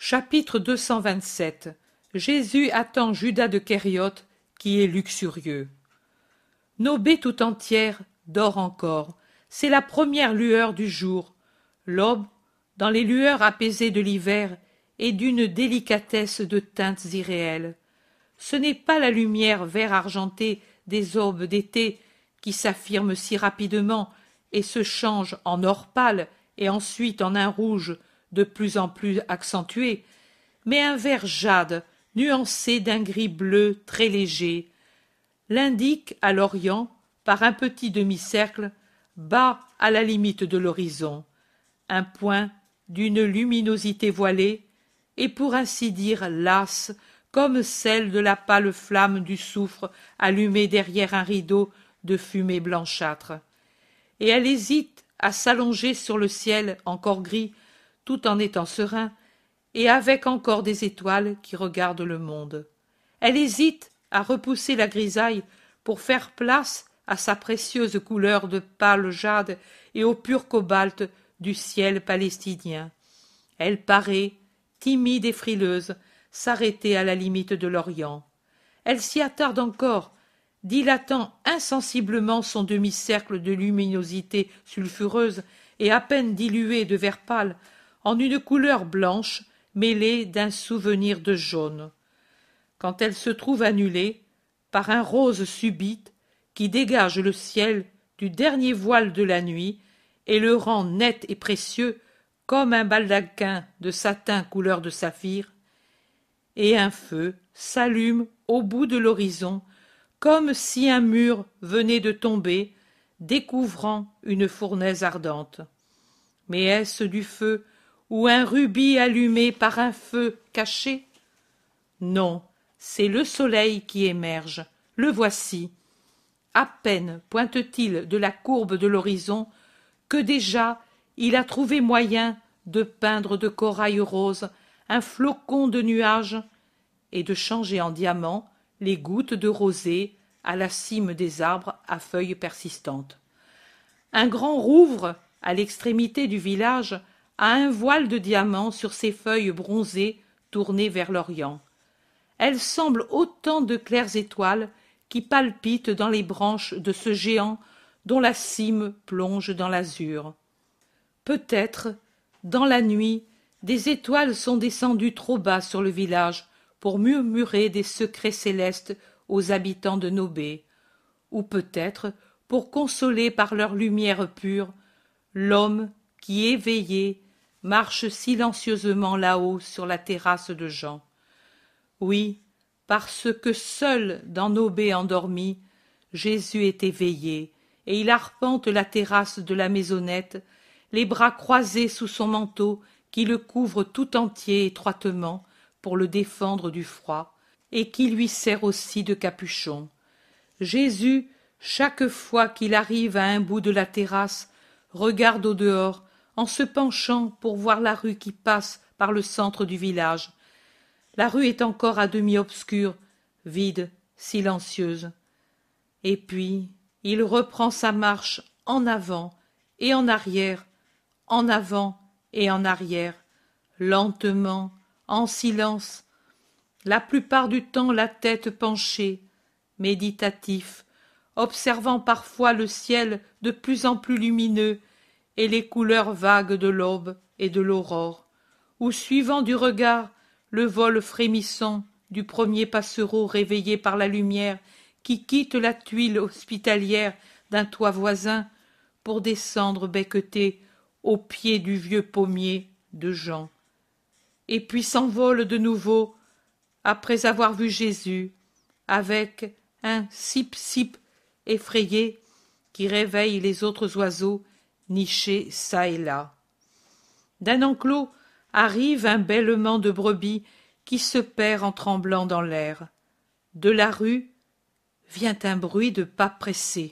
Chapitre 227. Jésus attend Judas de Kériote, qui est luxurieux. Nobé tout entière dort encore. C'est la première lueur du jour. L'aube, dans les lueurs apaisées de l'hiver, est d'une délicatesse de teintes irréelles. Ce n'est pas la lumière vert argenté des aubes d'été qui s'affirme si rapidement et se change en or pâle et ensuite en un rouge de plus en plus accentué, mais un vert jade nuancé d'un gris bleu très léger, l'indique à l'orient par un petit demi-cercle bas à la limite de l'horizon, un point d'une luminosité voilée et pour ainsi dire lasse comme celle de la pâle flamme du soufre allumée derrière un rideau de fumée blanchâtre. Et elle hésite à s'allonger sur le ciel encore gris tout en étant serein et avec encore des étoiles qui regardent le monde. Elle hésite à repousser la grisaille pour faire place à sa précieuse couleur de pâle jade et au pur cobalt du ciel palestinien. Elle paraît, timide et frileuse, s'arrêter à la limite de l'Orient. Elle s'y attarde encore, dilatant insensiblement son demi-cercle de luminosité sulfureuse et à peine dilué de vert pâle, en une couleur blanche mêlée d'un souvenir de jaune. Quand elle se trouve annulée par un rose subit qui dégage le ciel du dernier voile de la nuit et le rend net et précieux comme un baldaquin de satin couleur de saphir, et un feu s'allume au bout de l'horizon comme si un mur venait de tomber, découvrant une fournaise ardente. Mais est-ce du feu ou un rubis allumé par un feu caché? Non, c'est le soleil qui émerge. Le voici. À peine pointe-t-il de la courbe de l'horizon que déjà il a trouvé moyen de peindre de corail rose un flocon de nuages et de changer en diamant les gouttes de rosée à la cime des arbres à feuilles persistantes. Un grand rouvre à l'extrémité du village a un voile de diamants sur ses feuilles bronzées tournées vers l'Orient. Elles semblent autant de claires étoiles qui palpitent dans les branches de ce géant dont la cime plonge dans l'azur. Peut-être, dans la nuit, des étoiles sont descendues trop bas sur le village pour murmurer des secrets célestes aux habitants de Nobé, ou peut-être pour consoler par leur lumière pure l'homme qui, éveillé, marche silencieusement là-haut sur la terrasse de Jean. Oui, parce que seul dans Nobé endormi, Jésus est éveillé, et il arpente la terrasse de la maisonnette, les bras croisés sous son manteau qui le couvre tout entier étroitement pour le défendre du froid, et qui lui sert aussi de capuchon. Jésus, chaque fois qu'il arrive à un bout de la terrasse, regarde au dehors, en se penchant pour voir la rue qui passe par le centre du village. La rue est encore à demi obscure, vide, silencieuse. Et puis, il reprend sa marche en avant et en arrière, en avant et en arrière, lentement, en silence, la plupart du temps la tête penchée, méditatif, observant parfois le ciel de plus en plus lumineux et les couleurs vagues de l'aube et de l'aurore, ou suivant du regard le vol frémissant du premier passereau réveillé par la lumière qui quitte la tuile hospitalière d'un toit voisin pour descendre becqueter au pied du vieux pommier de Jean, et puis s'envole de nouveau après avoir vu Jésus avec un sip-sip effrayé qui réveille les autres oiseaux nichés çà et là. D'un enclos arrive un bêlement de brebis qui se perd en tremblant dans l'air. De la rue vient un bruit de pas pressés.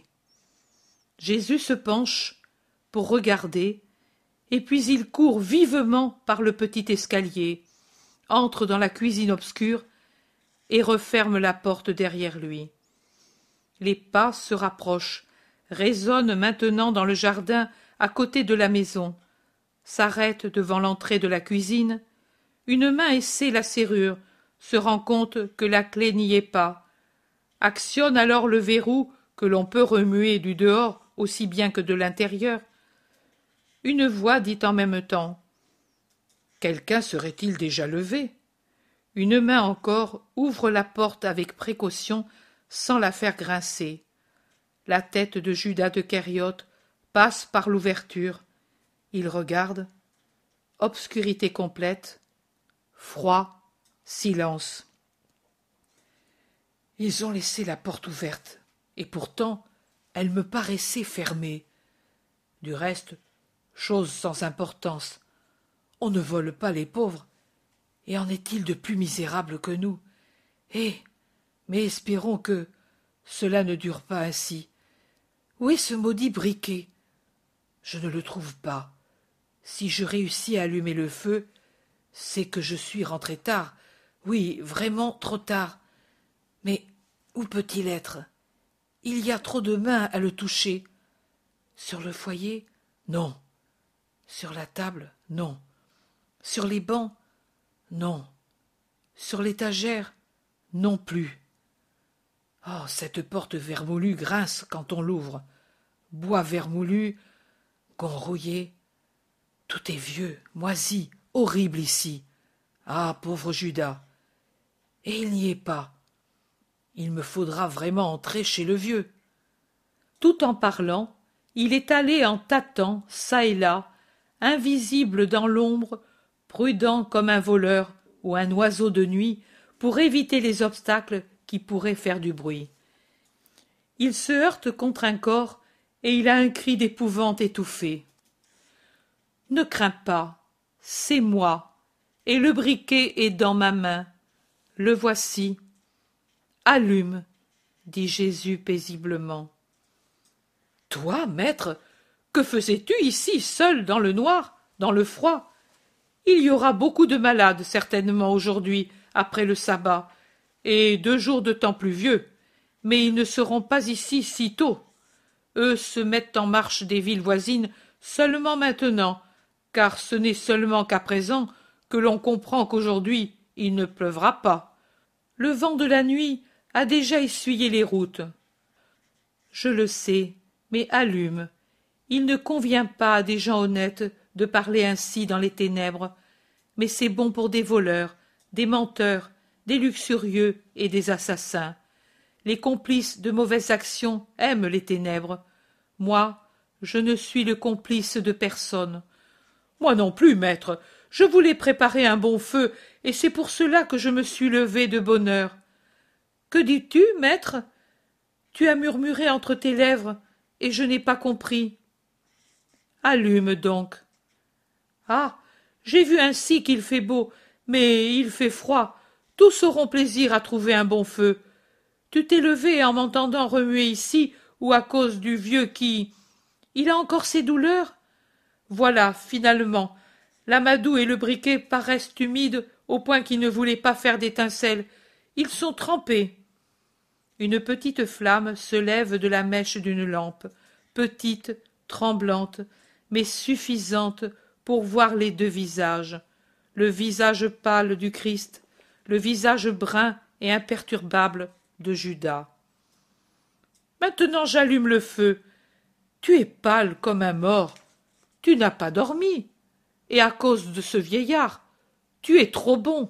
Jésus se penche pour regarder, et puis il court vivement par le petit escalier, entre dans la cuisine obscure et referme la porte derrière lui. Les pas se rapprochent, résonnent maintenant dans le jardin à côté de la maison, s'arrêtent devant l'entrée de la cuisine, Une main essaie la serrure, se rend compte que la clé n'y est pas. Actionne alors le verrou que l'on peut remuer du dehors aussi bien que de l'intérieur. Une voix dit en même temps « Quelqu'un serait-il déjà levé ?» Une main encore ouvre la porte avec précaution sans la faire grincer. La tête de Judas de Kériote passe par l'ouverture. Il regarde. Obscurité complète. Froid. Silence. Ils ont laissé la porte ouverte, et pourtant elle me paraissait fermée. Du reste, chose sans importance. On ne vole pas les pauvres. Et en est-il de plus misérable que nous? Mais espérons que cela ne dure pas ainsi. Où est ce maudit briquet? Je ne le trouve pas. Si je réussis à allumer le feu, c'est que je suis rentré tard. Oui, vraiment trop tard. Mais où peut-il être? Il y a trop de mains à le toucher. Sur le foyer? Non. Sur la table? Non. Sur les bancs? Non. Sur l'étagère? Non plus. Oh, cette porte vermoulue grince quand on l'ouvre. Bois vermoulu, gonds rouillés. Tout est vieux, moisi, horrible ici. Ah, pauvre Judas. Et il n'y est pas. Il me faudra vraiment entrer chez le vieux. Tout en parlant, il est allé en tâtant çà et là, invisible dans l'ombre, prudent comme un voleur ou un oiseau de nuit, pour éviter les obstacles qui pourraient faire du bruit. Il se heurte contre un corps et il a un cri d'épouvante étouffé. Ne crains pas, c'est moi, et le briquet est dans ma main. Le voici. Allume, dit Jésus paisiblement. Toi, maître, que faisais-tu ici, seul, dans le noir, dans le froid? Il y aura beaucoup de malades, certainement, aujourd'hui, après le sabbat, et 2 jours de temps pluvieux, mais ils ne seront pas ici si tôt. Eux se mettent en marche des villes voisines seulement maintenant, car ce n'est seulement qu'à présent que l'on comprend qu'aujourd'hui il ne pleuvra pas. Le vent de la nuit a déjà essuyé les routes. Je le sais, mais allume. Il ne convient pas à des gens honnêtes de parler ainsi dans les ténèbres, mais c'est bon pour des voleurs, des menteurs, des luxurieux et des assassins. Les complices de mauvaises actions aiment les ténèbres. Moi, je ne suis le complice de personne. Moi non plus, maître. Je voulais préparer un bon feu, et c'est pour cela que je me suis levé de bonne heure. Que dis-tu, maître? Tu as murmuré entre tes lèvres, et je n'ai pas compris. Allume donc. Ah, j'ai vu ainsi qu'il fait beau, mais il fait froid. Tous auront plaisir à trouver un bon feu. Tu t'es levé en m'entendant remuer ici, ou à cause du vieux qui... Il a encore ses douleurs? Voilà, finalement, l'amadou et le briquet paraissent humides au point qu'ils ne voulaient pas faire d'étincelles. Ils sont trempés. Une petite flamme se lève de la mèche d'une lampe, petite, tremblante, mais suffisante pour voir les 2 visages, le visage pâle du Christ, le visage brun et imperturbable de Judas. Maintenant j'allume le feu. Tu es pâle comme un mort. Tu n'as pas dormi. Et à cause de ce vieillard, tu es trop bon.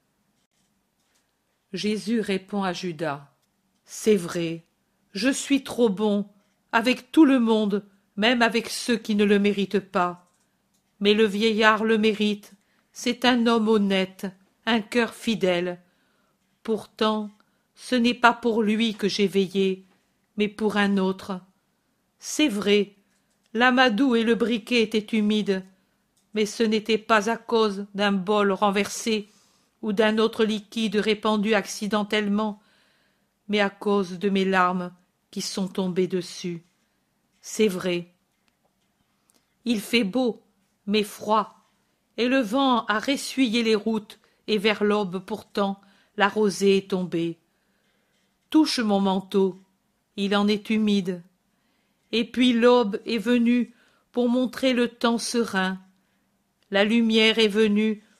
Jésus répond à Judas. C'est vrai, je suis trop bon, avec tout le monde, même avec ceux qui ne le méritent pas. Mais le vieillard le mérite, c'est un homme honnête, un cœur fidèle. Pourtant, ce n'est pas pour lui que j'ai veillé, mais pour un autre. C'est vrai, l'amadou et le briquet étaient humides, mais ce n'était pas à cause d'un bol renversé ou d'un autre liquide répandu accidentellement, mais à cause de mes larmes qui sont tombées dessus. C'est vrai. Il fait beau, mais froid, et le vent a ressuyé les routes, et vers l'aube pourtant la rosée est tombée. Touche mon manteau, il en est humide. Et puis l'aube est venue pour montrer le temps serein. La lumière est venue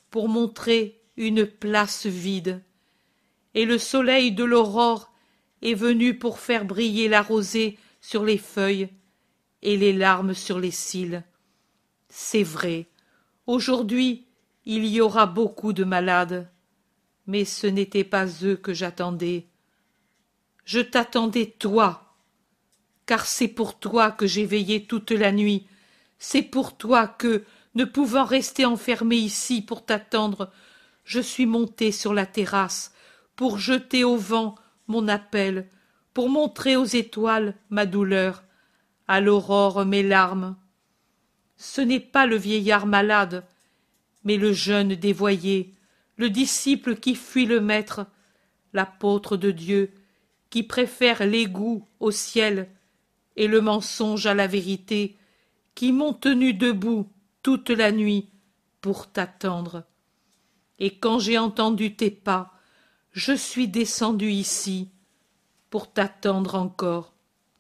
pour montrer une place vide. Et le soleil de l'aurore est venu pour faire briller la rosée sur les feuilles et les larmes sur les cils. C'est vrai, aujourd'hui il y aura beaucoup de malades, mais ce n'étaient pas eux que j'attendais. Je t'attendais toi, car c'est pour toi que j'ai veillé toute la nuit, c'est pour toi que, ne pouvant rester enfermé ici pour t'attendre, je suis monté sur la terrasse pour jeter au vent mon appel, pour montrer aux étoiles ma douleur, à l'aurore mes larmes. Ce n'est pas le vieillard malade, mais le jeune dévoyé, le disciple qui fuit le maître, l'apôtre de Dieu, qui préfère l'égout au ciel et le mensonge à la vérité, qui m'ont tenu debout toute la nuit pour t'attendre. Et quand j'ai entendu tes pas, je suis descendu ici pour t'attendre encore.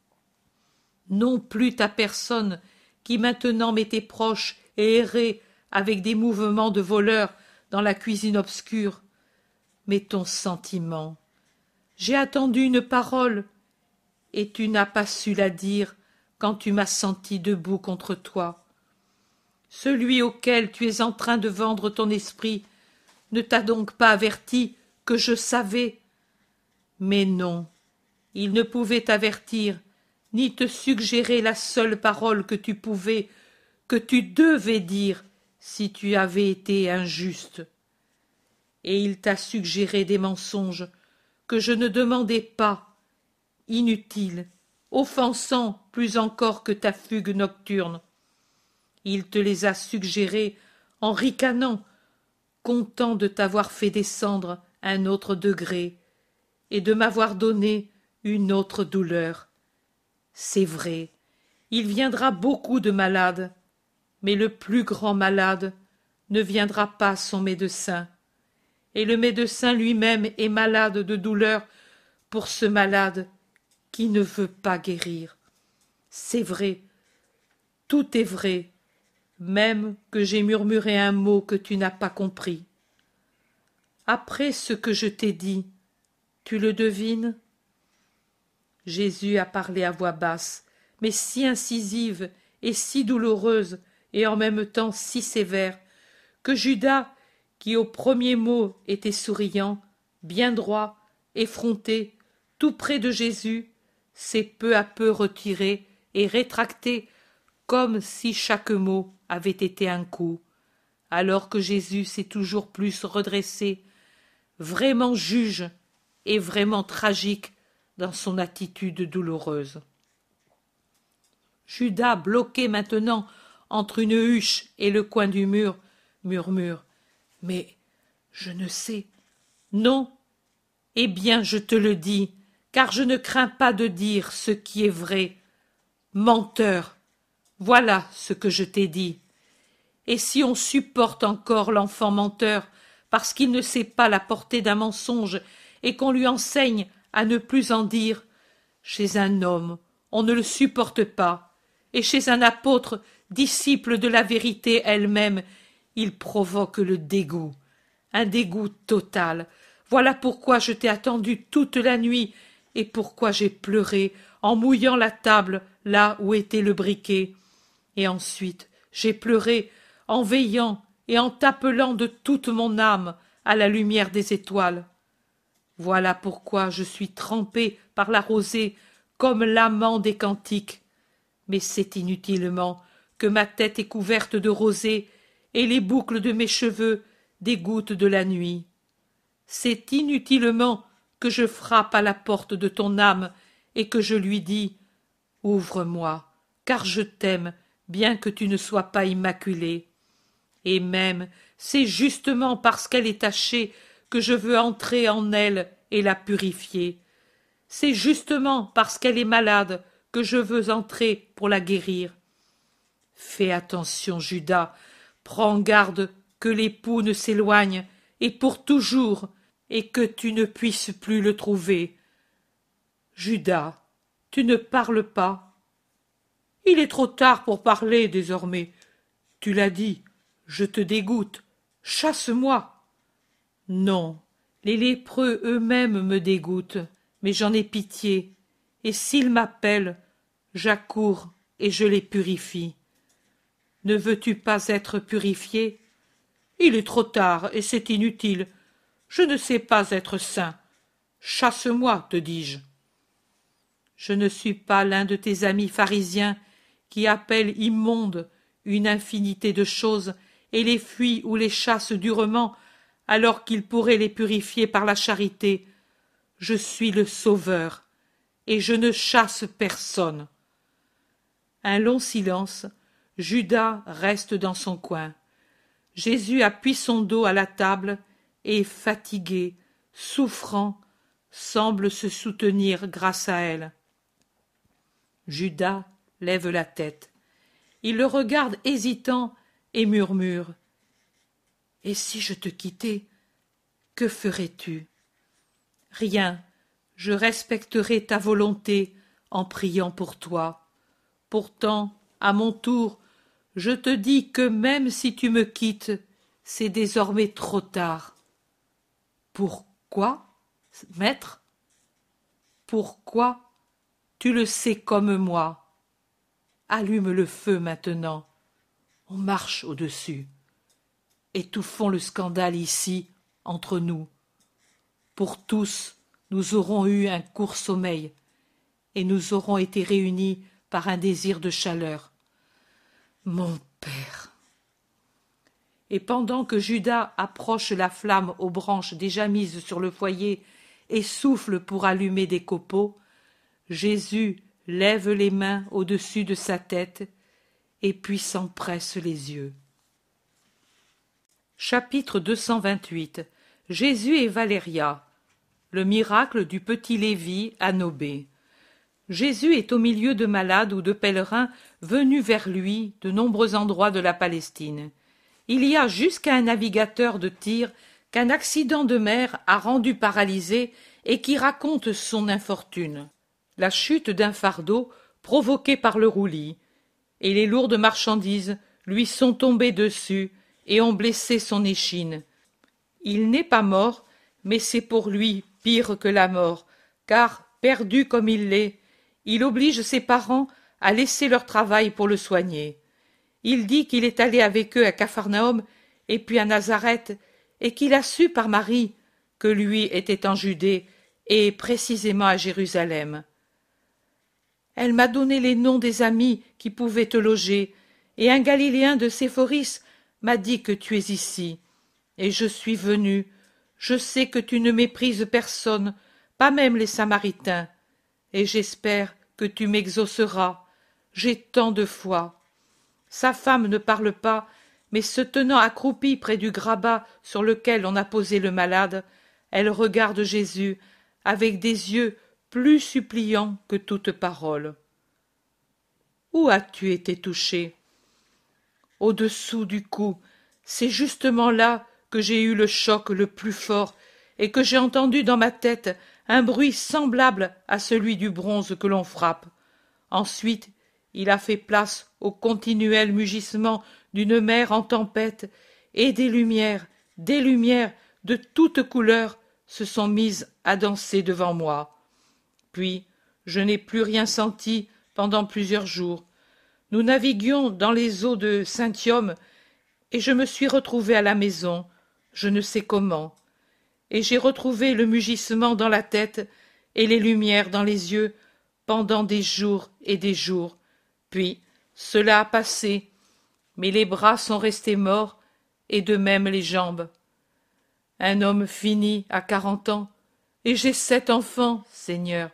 Non plus ta personne, qui maintenant m'était proche et errait avec des mouvements de voleur dans la cuisine obscure, mais ton sentiment. J'ai attendu une parole, et tu n'as pas su la dire quand tu m'as senti debout contre toi. Celui auquel tu es en train de vendre ton esprit ne t'a donc pas averti que je savais? Mais non, il ne pouvait t'avertir, ni te suggérer la seule parole que tu pouvais, que tu devais dire si tu avais été injuste. Et il t'a suggéré des mensonges que je ne demandais pas, inutiles, offensants plus encore que ta fugue nocturne. Il te les a suggérés en ricanant, content de t'avoir fait descendre un autre degré et de m'avoir donné une autre douleur. C'est vrai, il viendra beaucoup de malades, mais le plus grand malade ne viendra pas son médecin, et le médecin lui-même est malade de douleur pour ce malade qui ne veut pas guérir. C'est vrai, tout est vrai, même que j'ai murmuré un mot que tu n'as pas compris. Après ce que je t'ai dit, tu le devines? Jésus a parlé à voix basse, mais si incisive et si douloureuse, et en même temps si sévère, que Judas, qui au premier mot était souriant, bien droit, effronté, tout près de Jésus, s'est peu à peu retiré et rétracté, comme si chaque mot avait été un coup, alors que Jésus s'est toujours plus redressé, vraiment juge et vraiment tragique dans son attitude douloureuse. Judas, bloqué maintenant entre une huche et le coin du mur, murmure « Mais je ne sais. » « Non. Eh bien, je te le dis, car je ne crains pas de dire ce qui est vrai. Menteur, voilà ce que je t'ai dit. Et si on supporte encore l'enfant menteur, parce qu'il ne sait pas la portée d'un mensonge et qu'on lui enseigne à ne plus en dire, chez un homme, on ne le supporte pas, et chez un apôtre, disciple de la vérité elle-même, il provoque le dégoût, un dégoût total. Voilà pourquoi je t'ai attendu toute la nuit et pourquoi j'ai pleuré en mouillant la table là où était le briquet. Et ensuite j'ai pleuré en veillant et en t'appelant de toute mon âme à la lumière des étoiles. Voilà pourquoi je suis trempé par la rosée comme l'amant des cantiques. Mais c'est inutilement que ma tête est couverte de rosée et les boucles de mes cheveux des gouttes de la nuit. C'est inutilement que je frappe à la porte de ton âme et que je lui dis « Ouvre-moi, car je t'aime, bien que tu ne sois pas immaculée. » Et même, c'est justement parce qu'elle est tachée que je veux entrer en elle et la purifier. C'est justement parce qu'elle est malade que je veux entrer pour la guérir. Fais attention, Judas, prends garde que l'époux ne s'éloigne, et pour toujours, et que tu ne puisses plus le trouver. Judas, tu ne parles pas. Il est trop tard pour parler désormais. Tu l'as dit, je te dégoûte, Chasse-moi. Non, les lépreux eux-mêmes me dégoûtent, mais j'en ai pitié, et s'ils m'appellent, j'accours et je les purifie. Ne veux-tu pas être purifié? Il est trop tard, et c'est inutile. Je ne sais pas être saint. Chasse-moi, te dis-je. Je ne suis pas l'un de tes amis pharisiens qui appellent immonde une infinité de choses et les fuient ou les chassent durement, alors qu'ils pourraient les purifier par la charité. Je suis le Sauveur, et je ne chasse personne. Un long silence. Judas reste dans son coin. Jésus appuie son dos à la table et, fatigué, souffrant, semble se soutenir grâce à elle. Judas lève la tête. Il le regarde hésitant et murmure. « Et si je te quittais, que ferais-tu » ? « Rien, je respecterai ta volonté en priant pour toi. Pourtant, à mon tour, je te dis que même si tu me quittes, c'est désormais trop tard. » « Pourquoi, maître ? » ?»« Pourquoi ? Tu le sais comme moi. Allume le feu maintenant. On marche au-dessus. Étouffons le scandale ici, entre nous. Pour tous, nous aurons eu un court sommeil, et nous aurons été réunis par un désir de chaleur. Mon père. Et pendant que Judas approche la flamme aux branches déjà mises sur le foyer et souffle pour allumer des copeaux, Jésus lève les mains au-dessus de sa tête et puis s'empresse les yeux. Chapitre 228. Jésus et Valéria. Le miracle du petit Lévi à Nobé. Jésus est au milieu de malades ou de pèlerins venus vers lui de nombreux endroits de la Palestine. Il y a jusqu'à un navigateur de Tyr qu'un accident de mer a rendu paralysé et qui raconte son infortune. La chute d'un fardeau provoqué par le roulis, et les lourdes marchandises lui sont tombées dessus et ont blessé son échine. Il n'est pas mort, mais c'est pour lui pire que la mort, car, perdu comme il l'est, il oblige ses parents à laisser leur travail pour le soigner. Il dit qu'il est allé avec eux à Capharnaüm et puis à Nazareth, et qu'il a su par Marie que lui était en Judée et précisément à Jérusalem. Elle m'a donné les noms des amis qui pouvaient te loger, et un Galiléen de Séphoris m'a dit que tu es ici. Et je suis venu. Je sais que tu ne méprises personne, pas même les Samaritains, et j'espère que tu m'exauceras. J'ai tant de foi. Sa femme ne parle pas, mais se tenant accroupie près du grabat sur lequel on a posé le malade, elle regarde Jésus avec des yeux plus suppliants que toute parole. Où as-tu été touché? Au-dessous du cou. C'est justement là que j'ai eu le choc le plus fort et que j'ai entendu dans ma tête un bruit semblable à celui du bronze que l'on frappe. Ensuite, il a fait place au continuel mugissement d'une mer en tempête, et des lumières de toutes couleurs se sont mises à danser devant moi. Puis, je n'ai plus rien senti pendant plusieurs jours. Nous naviguions dans les eaux de Saint-Iome, et je me suis retrouvé à la maison, je ne sais comment, et j'ai retrouvé le mugissement dans la tête et les lumières dans les yeux pendant des jours et des jours. Puis cela a passé, mais les bras sont restés morts, et de même les jambes. Un homme fini à 40 ans, et j'ai 7 enfants, Seigneur.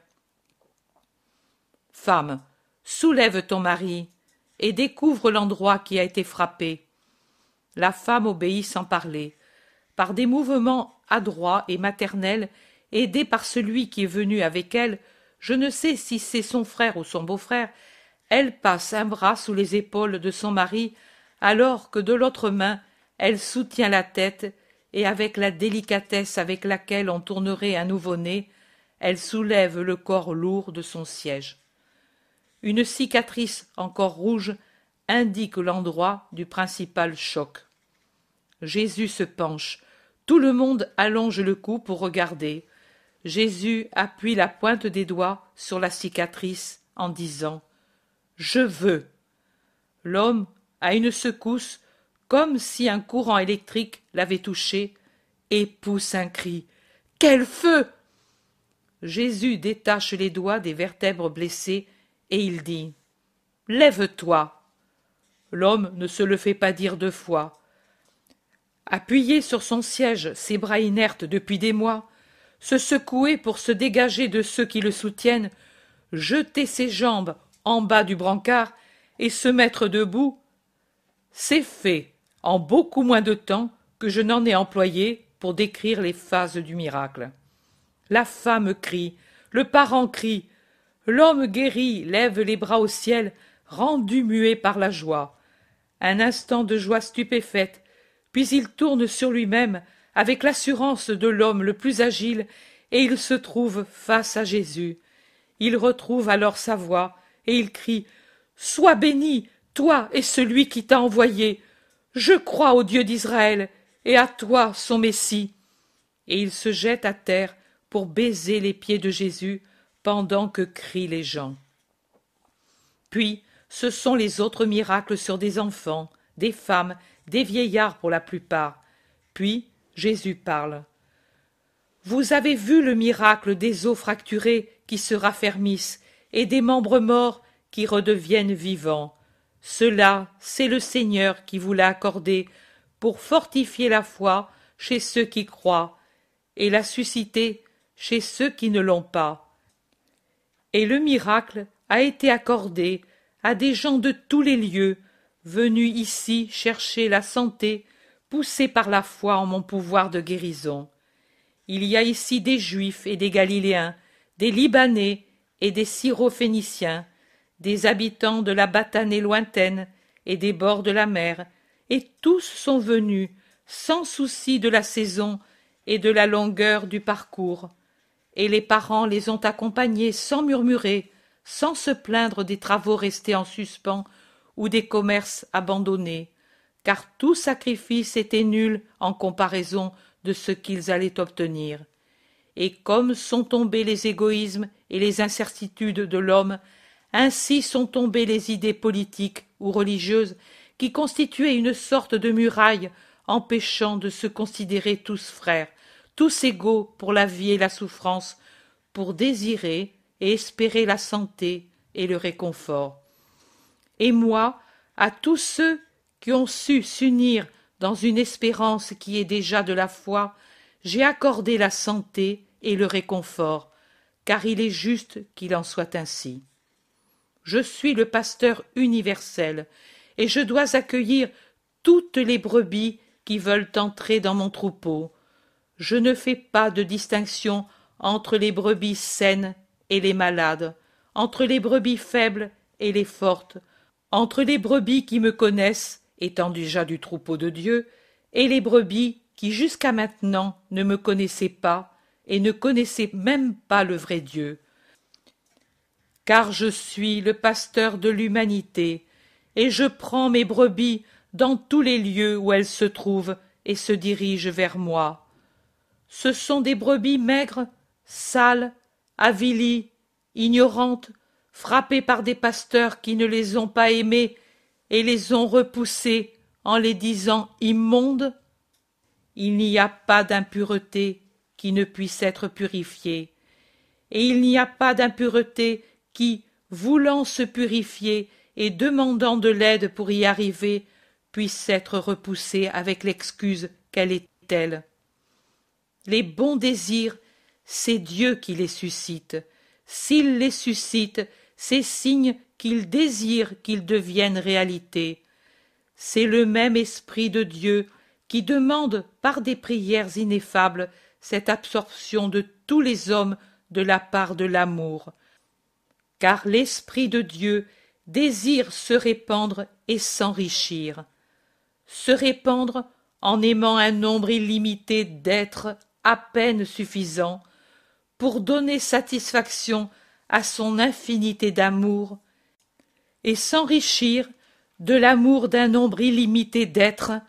Femme, soulève ton mari, et découvre l'endroit qui a été frappé. La femme obéit sans parler. Par des mouvements adroits et maternels, aidée par celui qui est venu avec elle, je ne sais si c'est son frère ou son beau-frère, elle passe un bras sous les épaules de son mari, alors que de l'autre main, elle soutient la tête, et avec la délicatesse avec laquelle on tournerait un nouveau-né, elle soulève le corps lourd de son siège. Une cicatrice encore rouge indique l'endroit du principal choc. Jésus se penche. Tout le monde allonge le cou pour regarder. Jésus appuie la pointe des doigts sur la cicatrice en disant « Je veux ». L'homme a une secousse comme si un courant électrique l'avait touché et pousse un cri « Quel feu !» Jésus détache les doigts des vertèbres blessées et il dit « Lève-toi ». L'homme ne se le fait pas dire 2 fois. Appuyé sur son siège, ses bras inertes depuis des mois, se secouer pour se dégager de ceux qui le soutiennent, jeter ses jambes en bas du brancard et se mettre debout, c'est fait en beaucoup moins de temps que je n'en ai employé pour décrire les phases du miracle. La femme crie, le parent crie, l'homme guéri lève les bras au ciel, rendu muet par la joie. Un instant de joie stupéfaite, puis il tourne sur lui-même avec l'assurance de l'homme le plus agile et il se trouve face à Jésus. Il retrouve alors sa voix et il crie « Sois béni, toi et celui qui t'a envoyé. Je crois au Dieu d'Israël et à toi, son Messie. » Et il se jette à terre pour baiser les pieds de Jésus pendant que crient les gens. Puis, ce sont les autres miracles sur des enfants, des femmes, des vieillards pour la plupart. Puis, Jésus parle. « Vous avez vu le miracle des os fracturés qui se raffermissent et des membres morts qui redeviennent vivants. Cela, c'est le Seigneur qui vous l'a accordé pour fortifier la foi chez ceux qui croient et la susciter chez ceux qui ne l'ont pas. Et le miracle a été accordé à des gens de tous les lieux, venus ici chercher la santé, poussés par la foi en mon pouvoir de guérison. Il y a ici des Juifs et des Galiléens, des Libanais et des Syrophéniciens, des habitants de la Batanée lointaine et des bords de la mer, et tous sont venus, sans souci de la saison et de la longueur du parcours. Et les parents les ont accompagnés sans murmurer, sans se plaindre des travaux restés en suspens ou des commerces abandonnés, car tout sacrifice était nul en comparaison de ce qu'ils allaient obtenir. Et comme sont tombés les égoïsmes et les incertitudes de l'homme, ainsi sont tombées les idées politiques ou religieuses qui constituaient une sorte de muraille empêchant de se considérer tous frères, tous égaux pour la vie et la souffrance, pour désirer et espérer la santé et le réconfort. Et moi, à tous ceux qui ont su s'unir dans une espérance qui est déjà de la foi, j'ai accordé la santé et le réconfort, car il est juste qu'il en soit ainsi. Je suis le pasteur universel, et je dois accueillir toutes les brebis qui veulent entrer dans mon troupeau. Je ne fais pas de distinction entre les brebis saines et les malades, entre les brebis faibles et les fortes, entre les brebis qui me connaissent, étant déjà du troupeau de Dieu, et les brebis qui jusqu'à maintenant ne me connaissaient pas et ne connaissaient même pas le vrai Dieu. Car je suis le pasteur de l'humanité, et je prends mes brebis dans tous les lieux où elles se trouvent et se dirigent vers moi. Ce sont des brebis maigres, sales, avilies, ignorantes, frappées par des pasteurs qui ne les ont pas aimées et les ont repoussées en les disant immondes. Il n'y a pas d'impureté qui ne puisse être purifiée, et il n'y a pas d'impureté qui, voulant se purifier et demandant de l'aide pour y arriver, puisse être repoussée avec l'excuse qu'elle est telle. Les bons désirs, c'est Dieu qui les suscite. S'il les suscite, c'est signe qu'il désire qu'ils deviennent réalité. C'est le même esprit de Dieu qui demande par des prières ineffables cette absorption de tous les hommes de la part de l'amour. Car l'esprit de Dieu désire se répandre et s'enrichir. Se répandre en aimant un nombre illimité d'êtres à peine suffisant pour donner satisfaction à son infinité d'amour et s'enrichir de l'amour d'un nombre illimité d'êtres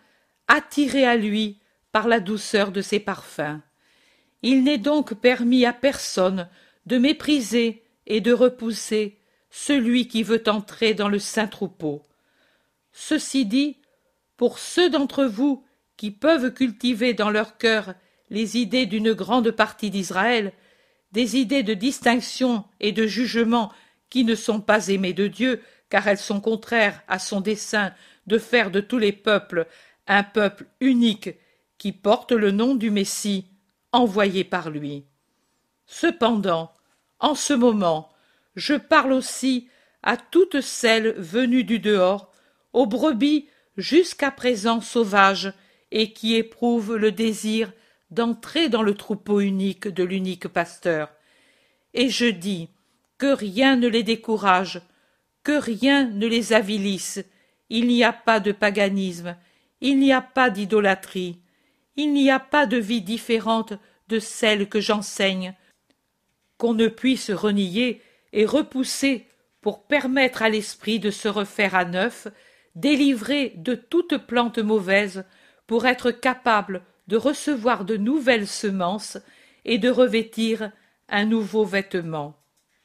attirés à lui par la douceur de ses parfums. Il n'est donc permis à personne de mépriser et de repousser celui qui veut entrer dans le saint troupeau. Ceci dit, pour ceux d'entre vous qui peuvent cultiver dans leur cœur les idées d'une grande partie d'Israël, des idées de distinction et de jugement qui ne sont pas aimées de Dieu, car elles sont contraires à son dessein de faire de tous les peuples un peuple unique qui porte le nom du Messie, envoyé par lui. Cependant, en ce moment, je parle aussi à toutes celles venues du dehors, aux brebis jusqu'à présent sauvages et qui éprouvent le désir d'entrer dans le troupeau unique de l'unique pasteur. Et je dis que rien ne les décourage, que rien ne les avilisse. Il n'y a pas de paganisme, il n'y a pas d'idolâtrie, il n'y a pas de vie différente de celle que j'enseigne, qu'on ne puisse renier et repousser pour permettre à l'esprit de se refaire à neuf, délivré de toute plante mauvaise, pour être capable de recevoir de nouvelles semences et de revêtir un nouveau vêtement.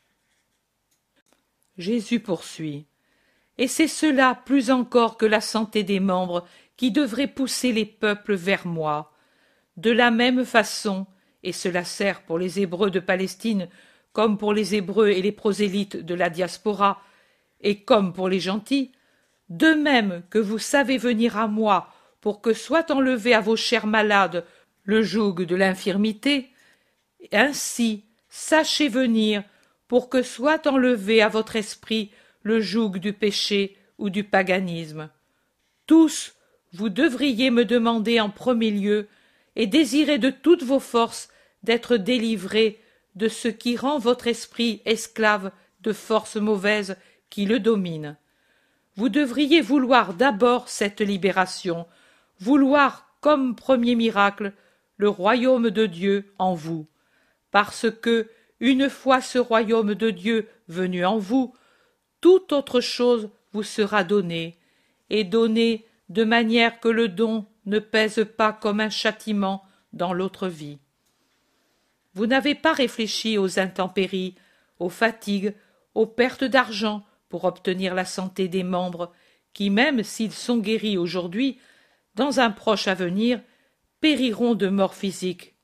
Jésus poursuit. Et c'est cela plus encore que la santé des membres qui devrait pousser les peuples vers moi. De la même façon, et cela sert pour les Hébreux de Palestine comme pour les Hébreux et les prosélytes de la diaspora, et comme pour les gentils, de même que vous savez venir à moi pour que soit enlevé à vos chers malades le joug de l'infirmité, ainsi sachez venir pour que soit enlevé à votre esprit le joug du péché ou du paganisme. Tous, vous devriez me demander en premier lieu et désirer de toutes vos forces d'être délivrés de ce qui rend votre esprit esclave de forces mauvaises qui le dominent. Vous devriez vouloir d'abord cette libération, vouloir comme premier miracle le royaume de Dieu en vous, parce que, une fois ce royaume de Dieu venu en vous, toute autre chose vous sera donnée, et donnée de manière que le don ne pèse pas comme un châtiment dans l'autre vie. Vous n'avez pas réfléchi aux intempéries, aux fatigues, aux pertes d'argent pour obtenir la santé des membres, qui, même s'ils sont guéris aujourd'hui, dans un proche avenir, périront de mort physique.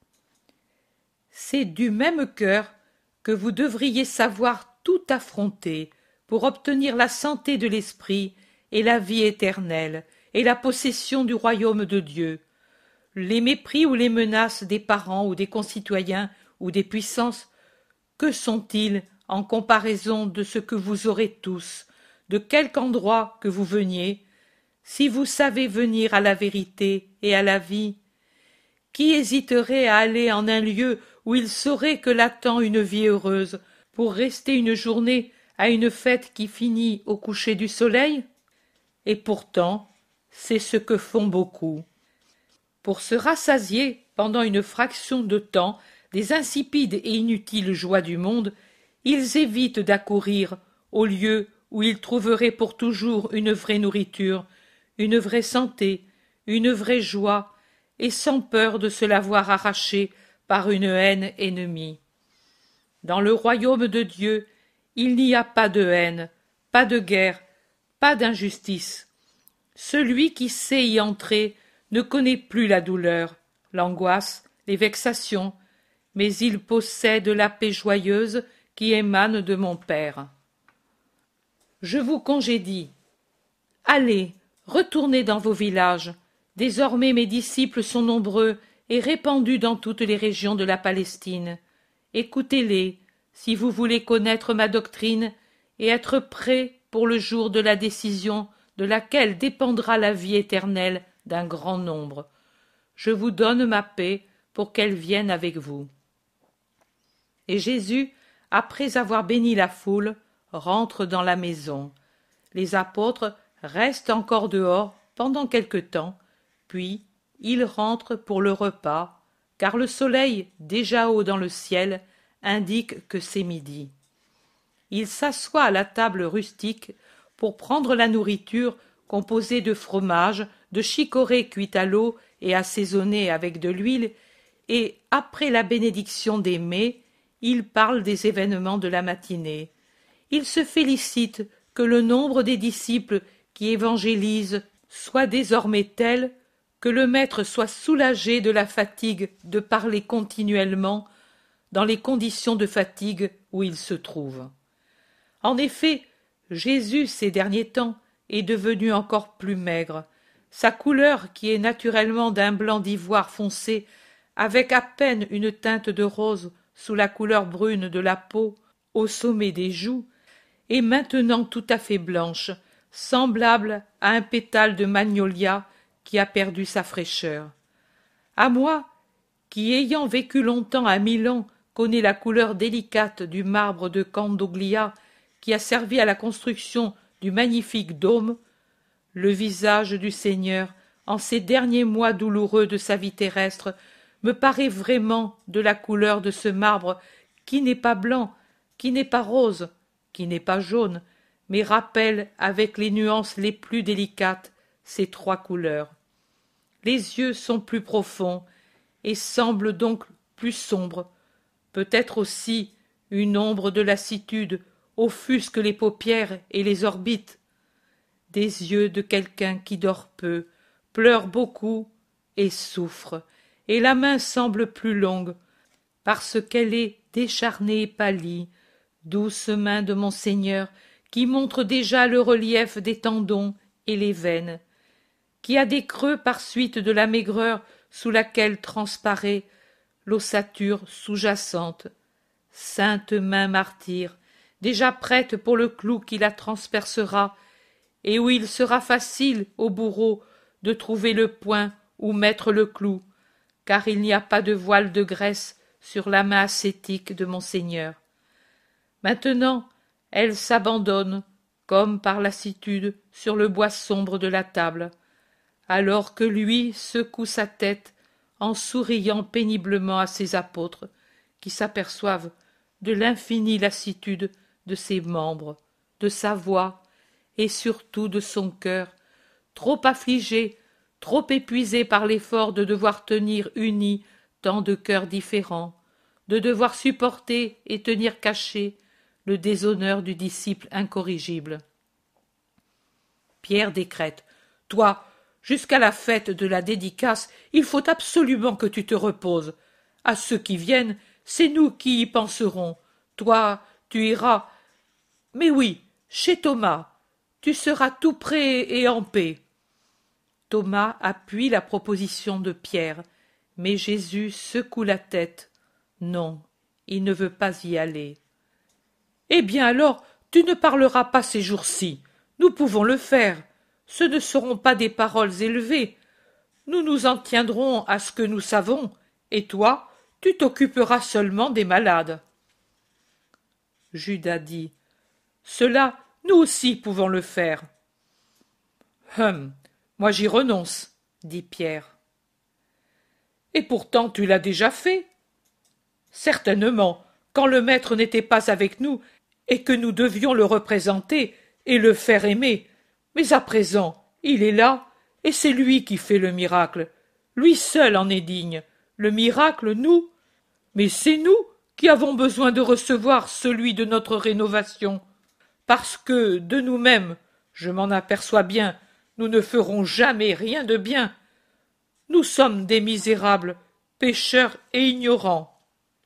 C'est du même cœur que vous devriez savoir tout affronter pour obtenir la santé de l'esprit et la vie éternelle et la possession du royaume de Dieu. Les mépris ou les menaces des parents ou des concitoyens ou des puissances, que sont-ils en comparaison de ce que vous aurez tous, de quelque endroit que vous veniez, si vous savez venir à la vérité et à la vie? Qui hésiterait à aller en un lieu où il saurait que l'attend une vie heureuse, pour rester une journée à une fête qui finit au coucher du soleil? Et pourtant, c'est ce que font beaucoup. Pour se rassasier pendant une fraction de temps des insipides et inutiles joies du monde, ils évitent d'accourir au lieu où ils trouveraient pour toujours une vraie nourriture, une vraie santé, une vraie joie, et sans peur de se la voir arrachée par une haine ennemie. Dans le royaume de Dieu, il n'y a pas de haine, pas de guerre, pas d'injustice. Celui qui sait y entrer ne connaît plus la douleur, l'angoisse, les vexations, mais il possède la paix joyeuse qui émane de mon Père. Je vous congédie. Allez, retournez dans vos villages. Désormais mes disciples sont nombreux et répandus dans toutes les régions de la Palestine. Écoutez-les, si vous voulez connaître ma doctrine et être prêts pour le jour de la décision de laquelle dépendra la vie éternelle d'un grand nombre. Je vous donne ma paix pour qu'elle vienne avec vous. Et Jésus, après avoir béni la foule, rentre dans la maison. Les apôtres restent encore dehors pendant quelque temps, puis ils rentrent pour le repas, car le soleil, déjà haut dans le ciel, indique que c'est midi. Ils s'assoient à la table rustique pour prendre la nourriture composée de fromage, de chicorée cuite à l'eau et assaisonnée avec de l'huile, et, après la bénédiction des mets, il parle des événements de la matinée. Il se félicite que le nombre des disciples qui évangélisent soit désormais tel que le maître soit soulagé de la fatigue de parler continuellement dans les conditions de fatigue où il se trouve. En effet, Jésus, ces derniers temps, est devenu encore plus maigre. Sa couleur, qui est naturellement d'un blanc d'ivoire foncé, avec à peine une teinte de rose sous la couleur brune de la peau au sommet des joues, est maintenant tout à fait blanche, semblable à un pétale de magnolia qui a perdu sa fraîcheur. À moi, qui ayant vécu longtemps à Milan, connais la couleur délicate du marbre de Candoglia qui a servi à la construction du magnifique dôme, le visage du Seigneur, en ces derniers mois douloureux de sa vie terrestre, me paraît vraiment de la couleur de ce marbre qui n'est pas blanc, qui n'est pas rose, qui n'est pas jaune, mais rappelle avec les nuances les plus délicates ces trois couleurs. Les yeux sont plus profonds et semblent donc plus sombres, peut-être aussi une ombre de lassitude offusque les paupières et les orbites. Des yeux de quelqu'un qui dort peu, pleure beaucoup et souffre, et la main semble plus longue, parce qu'elle est décharnée et pâlie, douce main de mon Seigneur, qui montre déjà le relief des tendons et les veines, qui a des creux par suite de la maigreur sous laquelle transparaît l'ossature sous-jacente. Sainte main martyre, déjà prête pour le clou qui la transpercera, et où il sera facile au bourreau de trouver le point où mettre le clou, car il n'y a pas de voile de graisse sur la main ascétique de mon Seigneur. Maintenant, elle s'abandonne, comme par lassitude, sur le bois sombre de la table, alors que lui secoue sa tête en souriant péniblement à ses apôtres, qui s'aperçoivent de l'infinie lassitude de ses membres, de sa voix, et surtout de son cœur, trop affligé, trop épuisé par l'effort de devoir tenir unis tant de cœurs différents, de devoir supporter et tenir caché le déshonneur du disciple incorrigible. Pierre décrète: « Toi, jusqu'à la fête de la dédicace, il faut absolument que tu te reposes. À ceux qui viennent, c'est nous qui y penserons. Toi, tu iras. Mais oui, chez Thomas. Tu seras tout prêt et en paix. » Thomas appuie la proposition de Pierre, mais Jésus secoue la tête. Non, il ne veut pas y aller. « Eh bien alors, tu ne parleras pas ces jours-ci. Nous pouvons le faire. Ce ne seront pas des paroles élevées. Nous nous en tiendrons à ce que nous savons, et toi, tu t'occuperas seulement des malades. » Judas dit: « Cela, nous aussi pouvons le faire. » « Moi j'y renonce, » dit Pierre. « Et pourtant tu l'as déjà fait. » »« Certainement, quand le maître n'était pas avec nous et que nous devions le représenter et le faire aimer. Mais à présent, il est là, et c'est lui qui fait le miracle. Lui seul en est digne. Le miracle, nous. Mais c'est nous qui avons besoin de recevoir celui de notre rénovation. Parce que, de nous-mêmes, je m'en aperçois bien, nous ne ferons jamais rien de bien. Nous sommes des misérables, pécheurs et ignorants.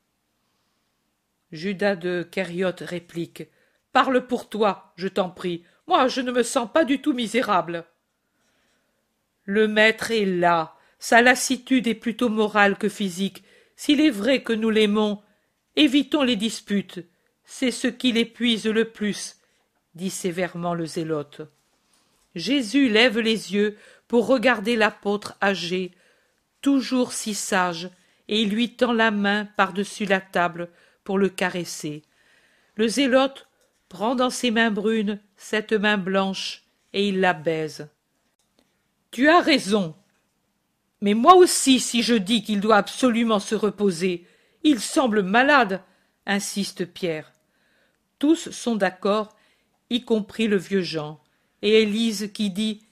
Judas de Kériote réplique: « Parle pour toi, je t'en prie. Moi, je ne me sens pas du tout misérable. » Le maître est là. Sa lassitude est plutôt morale que physique. S'il est vrai que nous l'aimons, évitons les disputes. C'est ce qui l'épuise le plus, dit sévèrement le zélote. Jésus lève les yeux pour regarder l'apôtre âgé, toujours si sage, et il lui tend la main par-dessus la table pour le caresser. Le zélote prend dans ses mains brunes cette main blanche et il la baise. « Tu as raison. Mais moi aussi, si je dis qu'il doit absolument se reposer, il semble malade, » insiste Pierre. Tous sont d'accord, y compris le vieux Jean, et Élise qui dit: «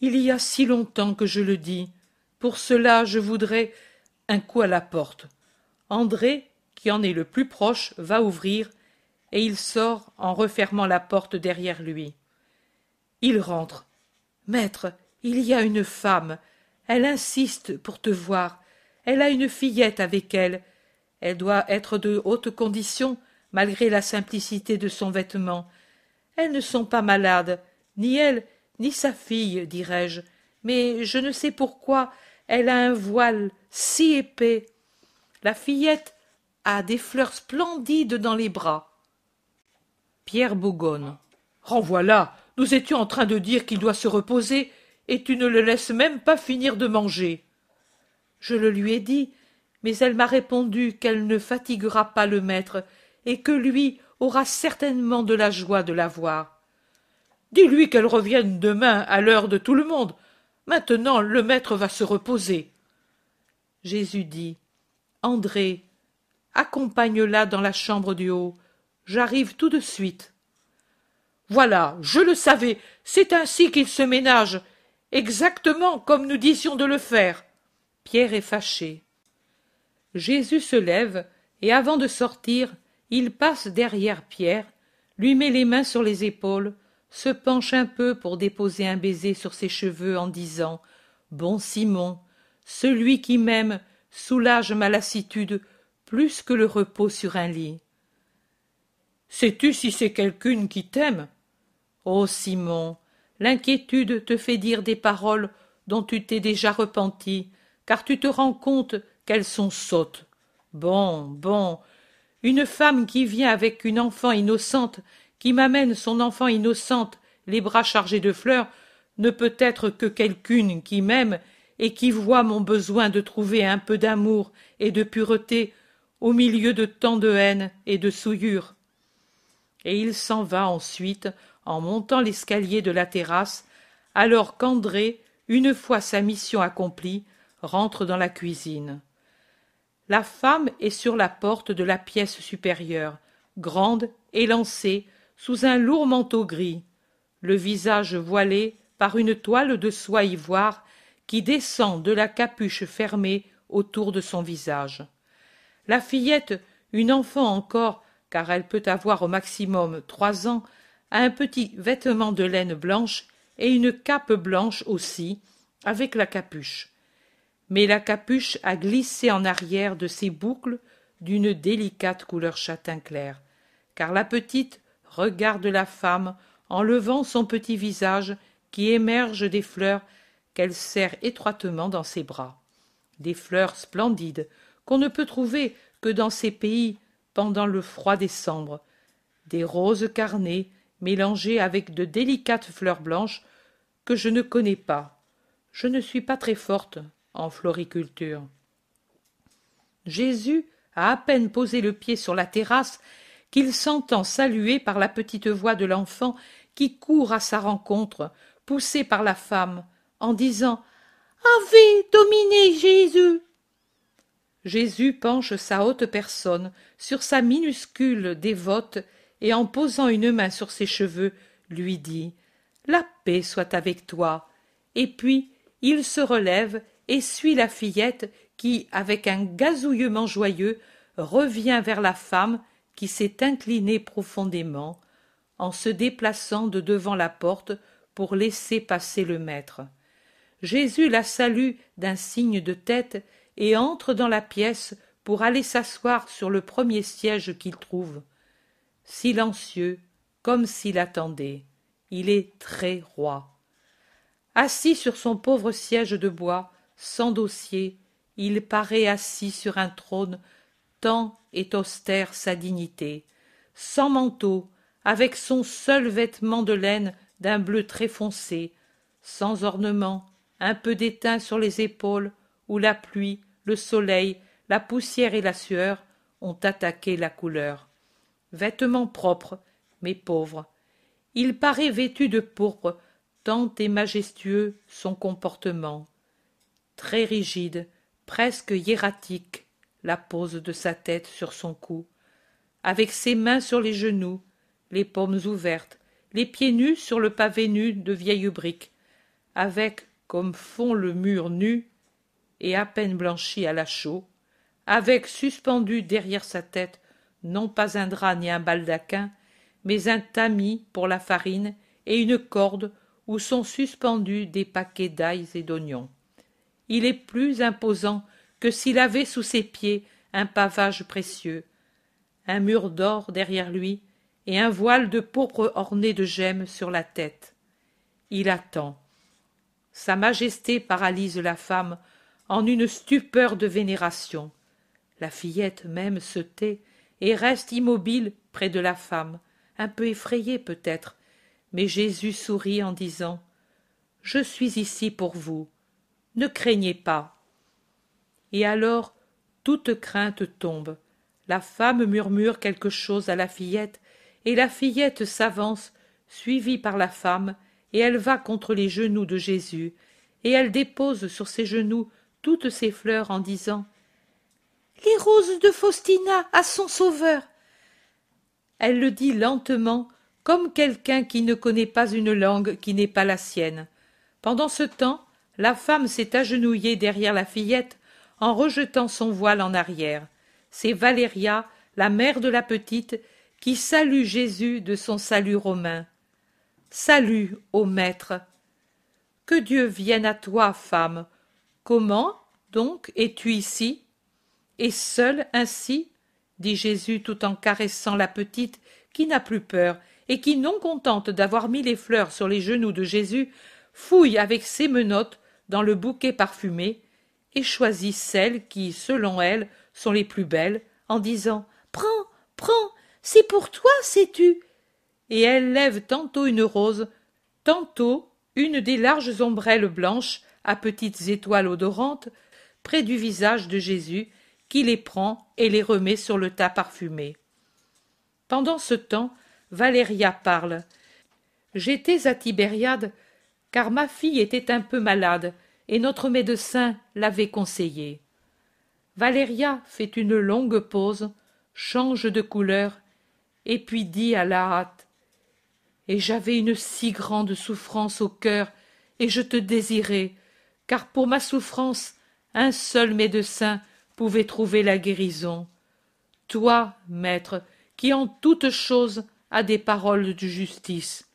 il y a si longtemps que je le dis. Pour cela, je voudrais un coup à la porte. André, qui en est le plus proche, va ouvrir, et il sort en refermant la porte derrière lui. Il rentre. Maître, il y a une femme. Elle insiste pour te voir. Elle a une fillette avec elle. Elle doit être de haute condition, malgré la simplicité de son vêtement. Elles ne sont pas malades, ni elle, ni sa fille, dirais-je, mais je ne sais pourquoi elle a un voile si épais. La fillette a des fleurs splendides dans les bras. Pierre Bougonne. En voilà, nous étions en train de dire qu'il doit se reposer, et tu ne le laisses même pas finir de manger. Je le lui ai dit, mais elle m'a répondu qu'elle ne fatiguera pas le maître, et que lui aura certainement de la joie de la voir. Dis-lui qu'elle revienne demain à l'heure de tout le monde. Maintenant le maître va se reposer. Jésus dit, André, accompagne-la dans la chambre du haut. J'arrive tout de suite. Voilà, je le savais, c'est ainsi qu'il se ménage, exactement comme nous disions de le faire. Pierre est fâché. Jésus se lève, et avant de sortir, il passe derrière Pierre, lui met les mains sur les épaules, se penche un peu pour déposer un baiser sur ses cheveux en disant « Bon Simon, celui qui m'aime soulage ma lassitude plus que le repos sur un lit. » Sais-tu si c'est quelqu'une qui t'aime? Ô Simon, l'inquiétude te fait dire des paroles dont tu t'es déjà repenti, car tu te rends compte qu'elles sont sottes. Bon, une femme qui vient avec une enfant innocente, qui m'amène son enfant innocente, les bras chargés de fleurs, ne peut être que quelqu'une qui m'aime et qui voit mon besoin de trouver un peu d'amour et de pureté au milieu de tant de haine et de souillure. Et il s'en va ensuite en montant l'escalier de la terrasse, alors qu'André, une fois sa mission accomplie, rentre dans la cuisine. La femme est sur la porte de la pièce supérieure, grande, élancée, sous un lourd manteau gris, le visage voilé par une toile de soie ivoire qui descend de la capuche fermée autour de son visage. La fillette, une enfant encore, car elle peut avoir au maximum 3 ans, a un petit vêtement de laine blanche et une cape blanche aussi, avec la capuche. Mais la capuche a glissé en arrière de ses boucles d'une délicate couleur châtain clair, car la petite regarde la femme en levant son petit visage qui émerge des fleurs qu'elle serre étroitement dans ses bras. Des fleurs splendides qu'on ne peut trouver que dans ces pays pendant le froid décembre, des roses carnées mélangées avec de délicates fleurs blanches que je ne connais pas. Je ne suis pas très forte en floriculture. Jésus a à peine posé le pied sur la terrasse qu'il s'entend saluer par la petite voix de l'enfant qui court à sa rencontre, poussé par la femme, en disant « Ave Domine Jésus !» Jésus penche sa haute personne sur sa minuscule dévote et en posant une main sur ses cheveux, lui dit « La paix soit avec toi !» Et puis il se relève et suit la fillette qui, avec un gazouillement joyeux, revient vers la femme qui s'est inclinée profondément, en se déplaçant de devant la porte pour laisser passer le maître. Jésus la salue d'un signe de tête et entre dans la pièce pour aller s'asseoir sur le premier siège qu'il trouve. Silencieux, comme s'il attendait. Il est très roi. Assis sur son pauvre siège de bois, sans dossier, il paraît assis sur un trône, tant est austère sa dignité, sans manteau, avec son seul vêtement de laine d'un bleu très foncé, sans ornement, un peu d'étain sur les épaules, où la pluie, le soleil, la poussière et la sueur ont attaqué la couleur. Vêtements propres, mais pauvres. Il paraît vêtu de pourpre, tant est majestueux son comportement. Très rigide, presque hiératique, la pose de sa tête sur son cou, avec ses mains sur les genoux, les paumes ouvertes, les pieds nus sur le pavé nu de vieilles briques, avec, comme fond le mur nu, et à peine blanchi à la chaux, avec suspendu derrière sa tête, non pas un drap ni un baldaquin, mais un tamis pour la farine et une corde où sont suspendus des paquets d'ail et d'oignons. Il est plus imposant que s'il avait sous ses pieds un pavage précieux, un mur d'or derrière lui et un voile de pourpre orné de gemmes sur la tête. Il attend. Sa majesté paralyse la femme en une stupeur de vénération. La fillette même se tait et reste immobile près de la femme, un peu effrayée peut-être, mais Jésus sourit en disant « Je suis ici pour vous, ne craignez pas. » Et alors toute crainte tombe. La femme murmure quelque chose à la fillette, et la fillette s'avance, suivie par la femme, et elle va contre les genoux de Jésus, et elle dépose sur ses genoux toutes ses fleurs en disant « Les roses de Faustina à son sauveur !» Elle le dit lentement, comme quelqu'un qui ne connaît pas une langue qui n'est pas la sienne. Pendant ce temps, la femme s'est agenouillée derrière la fillette en rejetant son voile en arrière. C'est Valéria, la mère de la petite, qui salue Jésus de son salut romain. « Salut, ô maître !»« Que Dieu vienne à toi, femme. Comment, donc, es-tu ici ?»« Et seule ainsi ?» dit Jésus tout en caressant la petite qui n'a plus peur et qui, non contente d'avoir mis les fleurs sur les genoux de Jésus, fouille avec ses menottes dans le bouquet parfumé et choisit celles qui, selon elle, sont les plus belles, en disant « Prends, prends, c'est pour toi, sais-tu » et elle lève tantôt une rose, tantôt une des larges ombrelles blanches à petites étoiles odorantes près du visage de Jésus, qui les prend et les remet sur le tas parfumé. Pendant ce temps, Valéria parle. « J'étais à Tibériade, car ma fille était un peu malade, et notre médecin l'avait conseillé. » Valéria fait une longue pause, change de couleur, et puis dit à la hâte « Et j'avais une si grande souffrance au cœur, et je te désirais, car pour ma souffrance, un seul médecin pouvait trouver la guérison. Toi, maître, qui en toutes choses as des paroles de justice.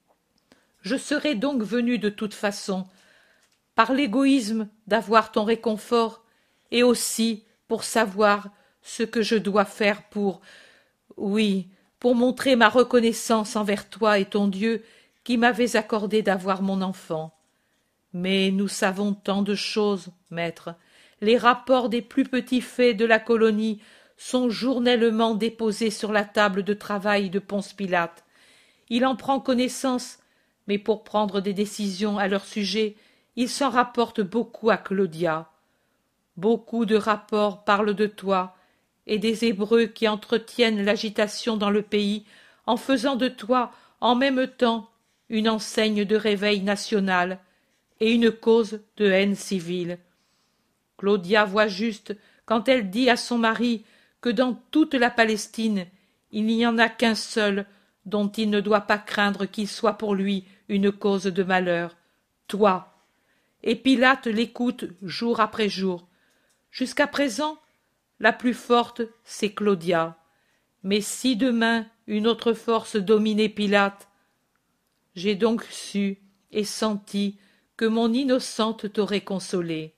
Je serais donc venu de toute façon, par l'égoïsme d'avoir ton réconfort, et aussi pour savoir ce que je dois faire pour, oui, pour montrer ma reconnaissance envers toi et ton Dieu qui m'avez accordé d'avoir mon enfant. Mais nous savons tant de choses, maître. Les rapports des plus petits faits de la colonie sont journellement déposés sur la table de travail de Ponce Pilate. Il en prend connaissance, mais pour prendre des décisions à leur sujet, il s'en rapporte beaucoup à Claudia. Beaucoup de rapports parlent de toi et des Hébreux qui entretiennent l'agitation dans le pays en faisant de toi en même temps une enseigne de réveil national et une cause de haine civile. Claudia voit juste quand elle dit à son mari que dans toute la Palestine il n'y en a qu'un seul dont il ne doit pas craindre qu'il soit pour lui une cause de malheur, toi. Et Pilate l'écoute jour après jour. Jusqu'à présent, la plus forte, c'est Claudia. Mais si demain une autre force dominait Pilate, j'ai donc su et senti que mon innocente t'aurait consolée.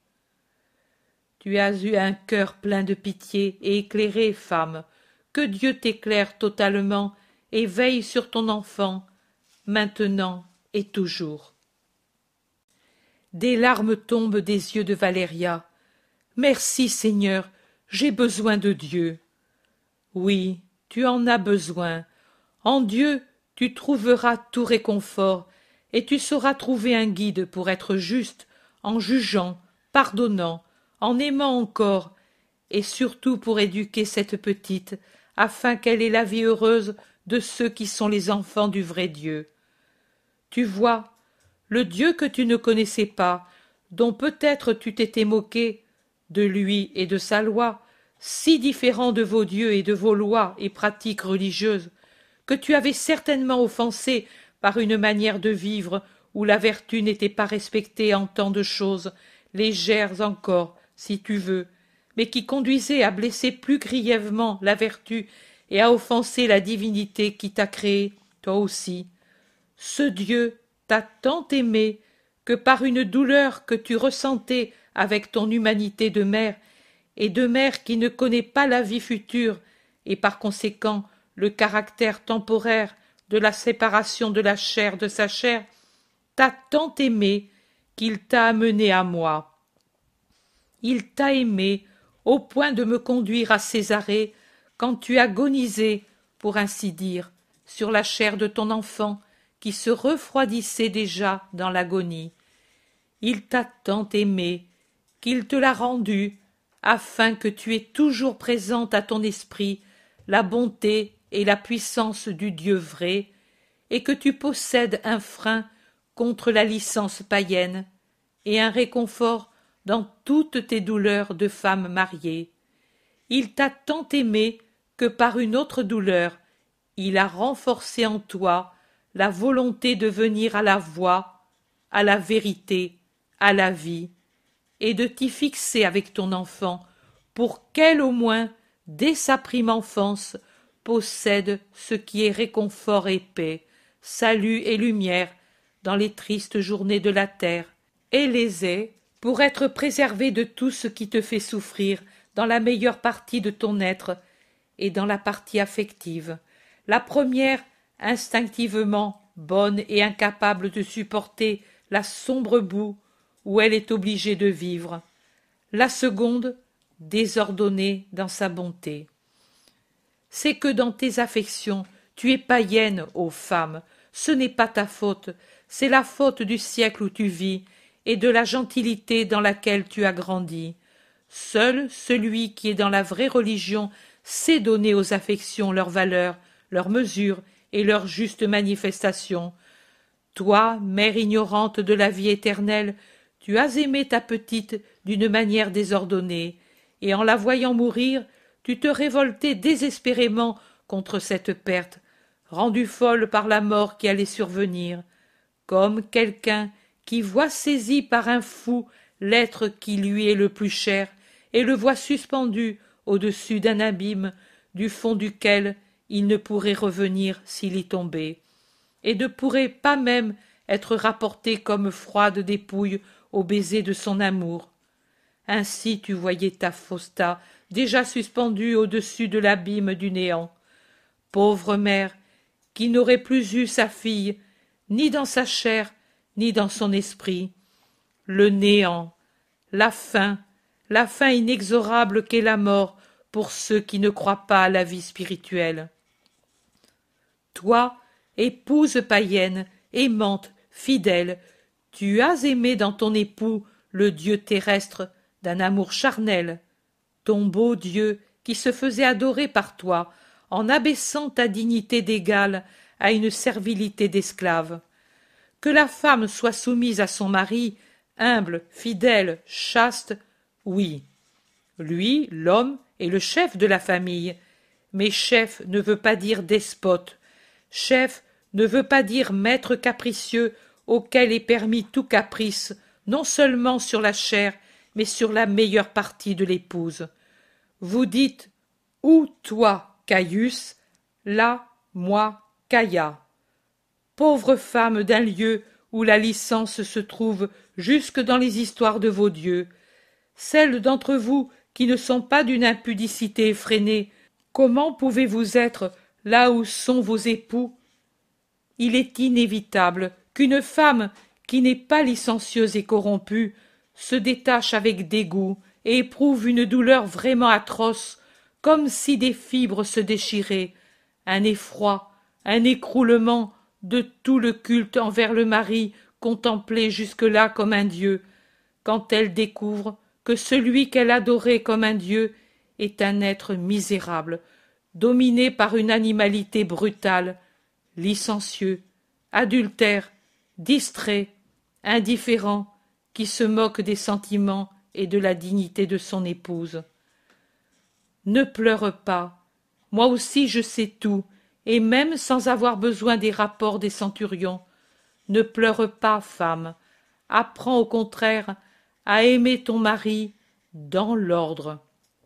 Tu as eu un cœur plein de pitié et éclairé, femme. Que Dieu t'éclaire totalement et veille sur ton enfant, maintenant et toujours. » Des larmes tombent des yeux de Valéria. « Merci, Seigneur, j'ai besoin de Dieu. » Oui, tu en as besoin. En Dieu, tu trouveras tout réconfort, et tu sauras trouver un guide pour être juste, en jugeant, pardonnant, en aimant encore, et surtout pour éduquer cette petite, afin qu'elle ait la vie heureuse de ceux qui sont les enfants du vrai Dieu. Tu vois, le Dieu que tu ne connaissais pas, dont peut-être tu t'étais moqué, de lui et de sa loi, si différents de vos dieux et de vos lois et pratiques religieuses, que tu avais certainement offensé par une manière de vivre où la vertu n'était pas respectée en tant de choses, légères encore, si tu veux, mais qui conduisaient à blesser plus grièvement la vertu et à offenser la divinité qui t'a créé, toi aussi. Ce Dieu t'a tant aimé que par une douleur que tu ressentais avec ton humanité de mère, et de mère qui ne connaît pas la vie future, et par conséquent le caractère temporaire de la séparation de la chair de sa chair, t'a tant aimé qu'il t'a amené à moi. Il t'a aimé au point de me conduire à Césarée quand tu agonisais, pour ainsi dire, sur la chair de ton enfant qui se refroidissait déjà dans l'agonie. Il t'a tant aimé qu'il te l'a rendu, afin que tu aies toujours présente à ton esprit la bonté et la puissance du Dieu vrai, et que tu possèdes un frein contre la licence païenne, et un réconfort dans toutes tes douleurs de femme mariée. Il t'a tant aimé que par une autre douleur, il a renforcé en toi la volonté de venir à la voie, à la vérité, à la vie, et de t'y fixer avec ton enfant, pour qu'elle au moins, dès sa prime enfance, possède ce qui est réconfort et paix, salut et lumière dans les tristes journées de la terre, et les ait pour être préservée de tout ce qui te fait souffrir dans la meilleure partie de ton être et dans la partie affective. La première, instinctivement bonne et incapable de supporter la sombre boue où elle est obligée de vivre. La seconde, désordonnée dans sa bonté. C'est que dans tes affections, tu es païenne, ô femme. Ce n'est pas ta faute, c'est la faute du siècle où tu vis et de la gentilité dans laquelle tu as grandi. Seul celui qui est dans la vraie religion sait donner aux affections leur valeur, leur mesure et leur juste manifestation. Toi, mère ignorante de la vie éternelle, tu as aimé ta petite d'une manière désordonnée, et en la voyant mourir, tu te révoltais désespérément contre cette perte, rendue folle par la mort qui allait survenir, comme quelqu'un qui voit saisi par un fou l'être qui lui est le plus cher et le voit suspendu au-dessus d'un abîme du fond duquel il ne pourrait revenir s'il y tombait, et ne pourrait pas même être rapporté comme froide dépouille au baiser de son amour. Ainsi tu voyais ta Fausta déjà suspendue au-dessus de l'abîme du néant. Pauvre mère, qui n'aurait plus eu sa fille, ni dans sa chair, ni dans son esprit. Le néant, la fin inexorable qu'est la mort pour ceux qui ne croient pas à la vie spirituelle. Toi, épouse païenne, aimante, fidèle, tu as aimé dans ton époux le Dieu terrestre d'un amour charnel, ton beau Dieu qui se faisait adorer par toi en abaissant ta dignité d'égale à une servilité d'esclave. Que la femme soit soumise à son mari, humble, fidèle, chaste, oui. Lui, l'homme, est le chef de la famille, mais chef ne veut pas dire despote. Chef ne veut pas dire maître capricieux auquel est permis tout caprice, non seulement sur la chair, mais sur la meilleure partie de l'épouse. Vous dites « Où toi, Caius ?» Là, moi, Caïa. Pauvre femme d'un lieu où la licence se trouve jusque dans les histoires de vos dieux, celles d'entre vous qui ne sont pas d'une impudicité effrénée, comment pouvez-vous être là où sont vos époux? Il est inévitable qu'une femme qui n'est pas licencieuse et corrompue se détache avec dégoût et éprouve une douleur vraiment atroce, comme si des fibres se déchiraient, un effroi, un écroulement de tout le culte envers le mari contemplé jusque-là comme un dieu, quand elle découvre que celui qu'elle adorait comme un dieu est un être misérable, dominé par une animalité brutale, licencieux, adultère, distrait, indifférent, qui se moque des sentiments et de la dignité de son épouse. Ne pleure pas, moi aussi je sais tout, et même sans avoir besoin des rapports des centurions. Ne pleure pas, femme. Apprends au contraire à aimer ton mari dans l'ordre.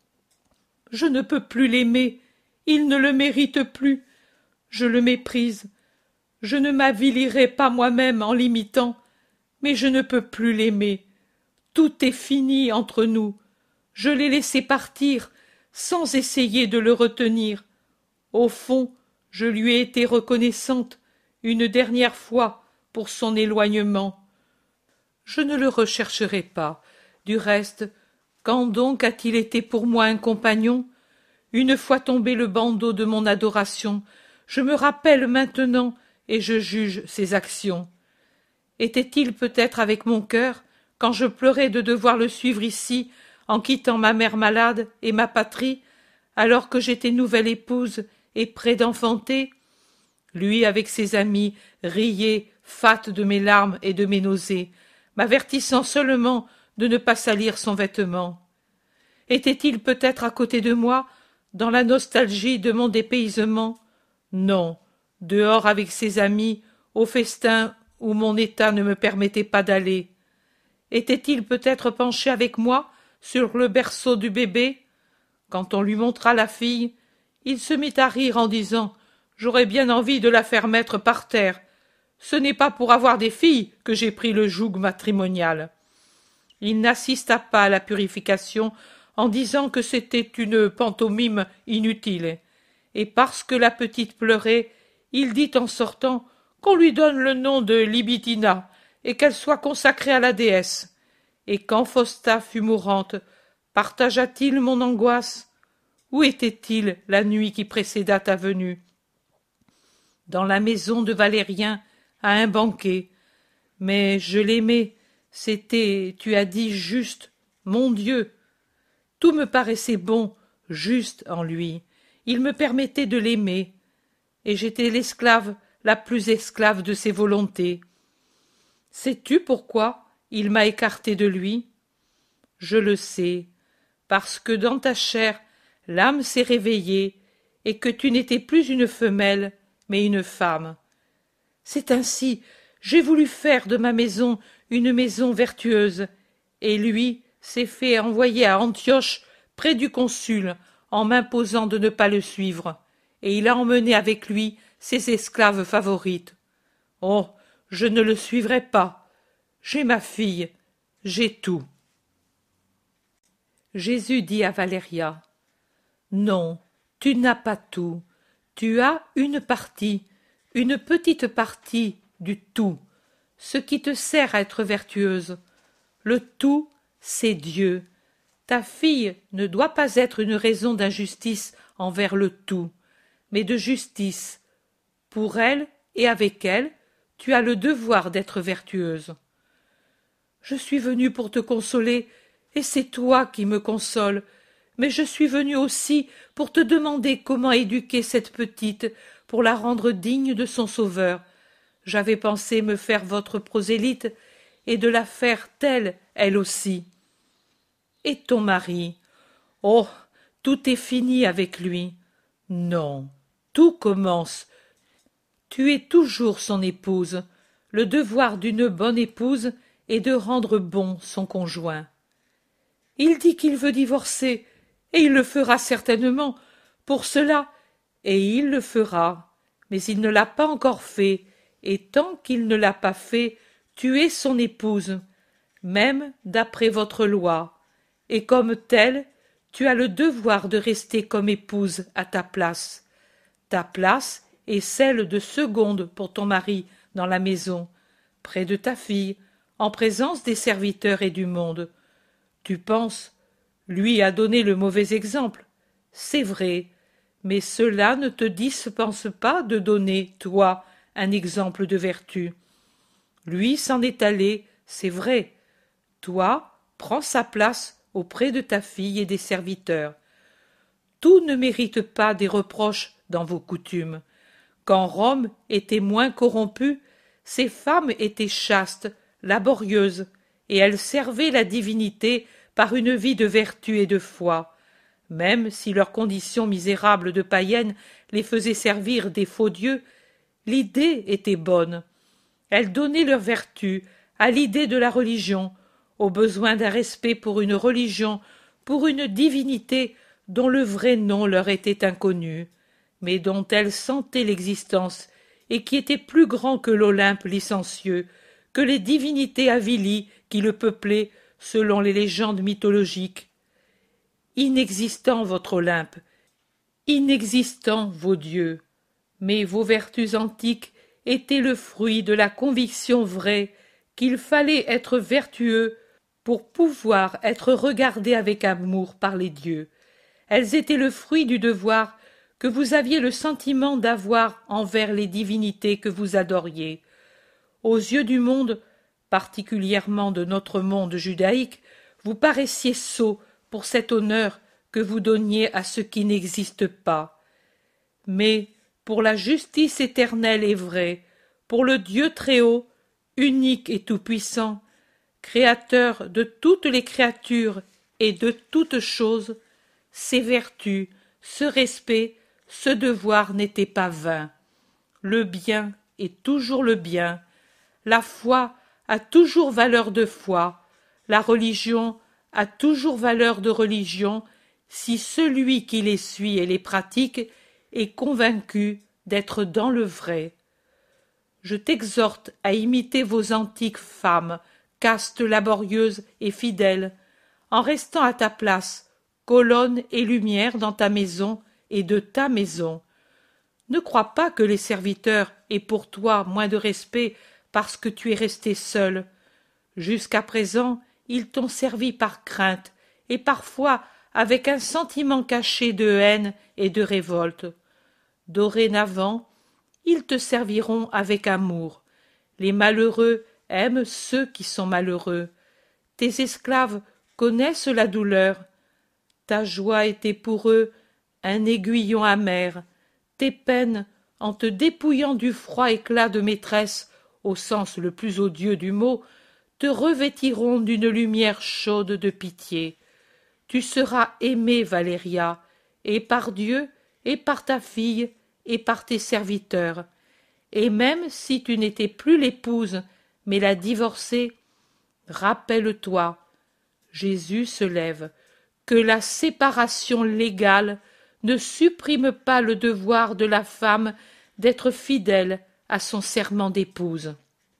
Je ne peux plus l'aimer, il ne le mérite plus. Je le méprise. Je ne m'avilirai pas moi-même en l'imitant, mais je ne peux plus l'aimer. Tout est fini entre nous. Je l'ai laissé partir sans essayer de le retenir. Au fond, je lui ai été reconnaissante une dernière fois pour son éloignement. Je ne le rechercherai pas. Du reste, quand donc a-t-il été pour moi un compagnon? Une fois tombé le bandeau de mon adoration, je me rappelle maintenant et je juge ses actions. Était-il peut-être avec mon cœur quand je pleurais de devoir le suivre ici, en quittant ma mère malade et ma patrie, alors que j'étais nouvelle épouse et près d'enfanter? Lui, avec ses amis, riait, fat de mes larmes et de mes nausées, m'avertissant seulement de ne pas salir son vêtement. Était-il peut-être à côté de moi, dans la nostalgie de mon dépaysement? Non, dehors avec ses amis, au festin où mon état ne me permettait pas d'aller. Était-il peut-être penché avec moi sur le berceau du bébé? Quand on lui montra la fille, il se mit à rire en disant « J'aurais bien envie de la faire mettre par terre. Ce n'est pas pour avoir des filles que j'ai pris le joug matrimonial. » Il n'assista pas à la purification en disant que c'était une pantomime inutile. Et parce que la petite pleurait, il dit en sortant qu'on lui donne le nom de Libitina et qu'elle soit consacrée à la déesse. Et quand Fausta fut mourante, partagea-t-il mon angoisse? Où était-il la nuit qui précéda ta venue? Dans la maison de Valérien, à un banquet. Mais je l'aimais, c'était, tu as dit, juste, mon Dieu. Tout me paraissait bon, juste en lui. Il me permettait de l'aimer, et j'étais l'esclave, la plus esclave de ses volontés. Sais-tu pourquoi il m'a écarté de lui? Je le sais, parce que dans ta chair, l'âme s'est réveillée, et que tu n'étais plus une femelle, mais une femme. C'est ainsi, j'ai voulu faire de ma maison une maison vertueuse, et lui s'est fait envoyer à Antioche, près du consul, en m'imposant de ne pas le suivre, et il a emmené avec lui ses esclaves favorites. Oh, je ne le suivrai pas. J'ai ma fille, j'ai tout. Jésus dit à Valéria, « Non, tu n'as pas tout. Tu as une partie, une petite partie du tout, ce qui te sert à être vertueuse. Le tout, c'est Dieu. Ta fille ne doit pas être une raison d'injustice envers le tout, mais de justice. Pour elle et avec elle, tu as le devoir d'être vertueuse. Je suis venue pour te consoler, et c'est toi qui me consoles, mais je suis venue aussi pour te demander comment éduquer cette petite, pour la rendre digne de son sauveur. J'avais pensé me faire votre prosélyte, et de la faire telle, elle aussi. Et ton mari? Oh, tout est fini avec lui. Non, tout commence. Tu es toujours son épouse. Le devoir d'une bonne épouse est de rendre bon son conjoint. Il dit qu'il veut divorcer, et il le fera certainement. Pour cela, et il le fera. Mais il ne l'a pas encore fait, et tant qu'il ne l'a pas fait, tu es son épouse, même d'après votre loi. Et comme telle, tu as le devoir de rester comme épouse à ta place. Ta place est celle de seconde pour ton mari dans la maison, près de ta fille, en présence des serviteurs et du monde. Tu penses, lui a donné le mauvais exemple. C'est vrai, mais cela ne te dispense pas de donner, toi, un exemple de vertu. Lui s'en est allé, c'est vrai. Toi, prends sa place auprès de ta fille et des serviteurs. Tout ne mérite pas des reproches dans vos coutumes. Quand Rome était moins corrompue, ses femmes étaient chastes, laborieuses, et elles servaient la divinité par une vie de vertu et de foi, même si leur condition misérable de païennes les faisait servir des faux dieux. L'idée était bonne. elles donnaient leur vertu à l'idée de la religion, au besoin d'un respect pour une religion, pour une divinité dont le vrai nom leur était inconnu, mais dont elles sentaient l'existence, et qui était plus grand que l'Olympe licencieux, que les divinités avilies qui le peuplaient selon les légendes mythologiques. Inexistant votre Olympe, inexistants vos dieux, mais vos vertus antiques étaient le fruit de la conviction vraie qu'il fallait être vertueux pour pouvoir être regardé avec amour par les dieux. Elles étaient le fruit du devoir que vous aviez le sentiment d'avoir envers les divinités que vous adoriez. Aux yeux du monde, particulièrement de notre monde judaïque, vous paraissiez sot pour cet honneur que vous donniez à ce qui n'existe pas. Mais pour la justice éternelle et vraie, pour le Dieu Très-Haut, unique et tout-puissant, créateur de toutes les créatures et de toutes choses, ces vertus, ce respect, ce devoir n'étaient pas vains. Le bien est toujours le bien, la foi a toujours valeur de foi, la religion a toujours valeur de religion, si celui qui les suit et les pratique est convaincu d'être dans le vrai. Je t'exhorte à imiter vos antiques femmes, castes, laborieuses et fidèles, en restant à ta place, colonne et lumière dans ta maison et de ta maison. Ne crois pas que les serviteurs aient pour toi moins de respect parce que tu es resté seul. Jusqu'à présent, ils t'ont servi par crainte et parfois avec un sentiment caché de haine et de révolte. Dorénavant, ils te serviront avec amour. Les malheureux aiment ceux qui sont malheureux. Tes esclaves connaissent la douleur. Ta joie était pour eux un aiguillon amer. Tes peines, en te dépouillant du froid éclat de maîtresse, au sens le plus odieux du mot, te revêtiront d'une lumière chaude de pitié. Tu seras aimée, Valéria, et par Dieu, et par ta fille, et par tes serviteurs. Et même si tu n'étais plus l'épouse, mais la divorcée, rappelle-toi, Jésus se lève, que la séparation légale ne supprime pas le devoir de la femme d'être fidèle à son serment d'épouse.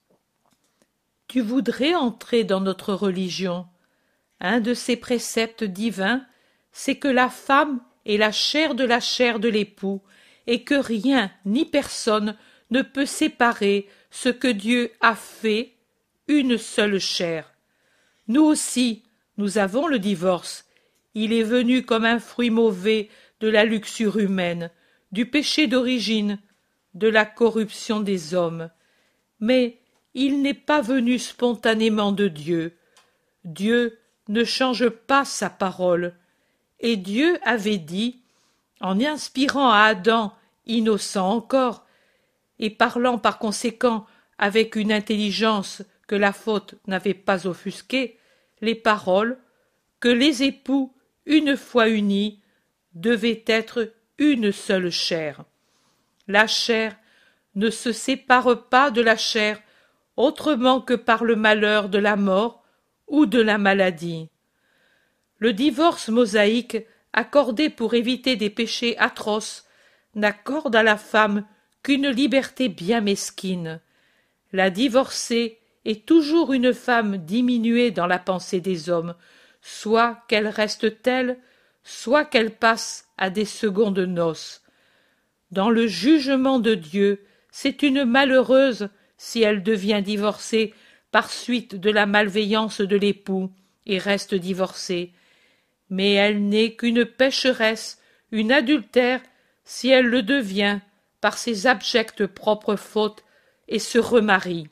Tu voudrais entrer dans notre religion. Un de ses préceptes divins, c'est que la femme est la chair de l'époux, et que rien ni personne ne peut séparer ce que Dieu a fait, une seule chair. Nous aussi, nous avons le divorce. Il est venu comme un fruit mauvais de la luxure humaine, du péché d'origine, de la corruption des hommes. Mais il n'est pas venu spontanément de Dieu. Dieu ne change pas sa parole. Et Dieu avait dit, en inspirant à Adam, innocent encore, et parlant par conséquent avec une intelligence que la faute n'avait pas offusquée, les paroles que les époux, une fois unis, devaient être une seule chair. La chair ne se sépare pas de la chair autrement que par le malheur de la mort ou de la maladie. Le divorce mosaïque, accordé pour éviter des péchés atroces, n'accorde à la femme qu'une liberté bien mesquine. La divorcée est toujours une femme diminuée dans la pensée des hommes, soit qu'elle reste telle, soit qu'elle passe à des secondes noces. Dans le jugement de Dieu, c'est une malheureuse si elle devient divorcée par suite de la malveillance de l'époux et reste divorcée. Mais elle n'est qu'une pécheresse, une adultère, si elle le devient par ses abjectes propres fautes et se remarie.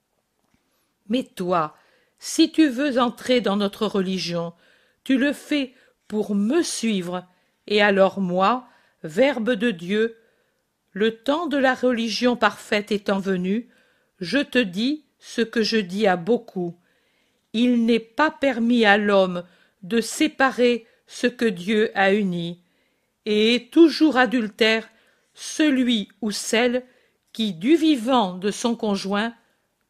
Mais toi, si tu veux entrer dans notre religion, tu le fais pour me suivre, et alors moi, Verbe de Dieu, le temps de la religion parfaite étant venu, je te dis ce que je dis à beaucoup. Il n'est pas permis à l'homme de séparer ce que Dieu a uni, et est toujours adultère celui ou celle qui, du vivant de son conjoint,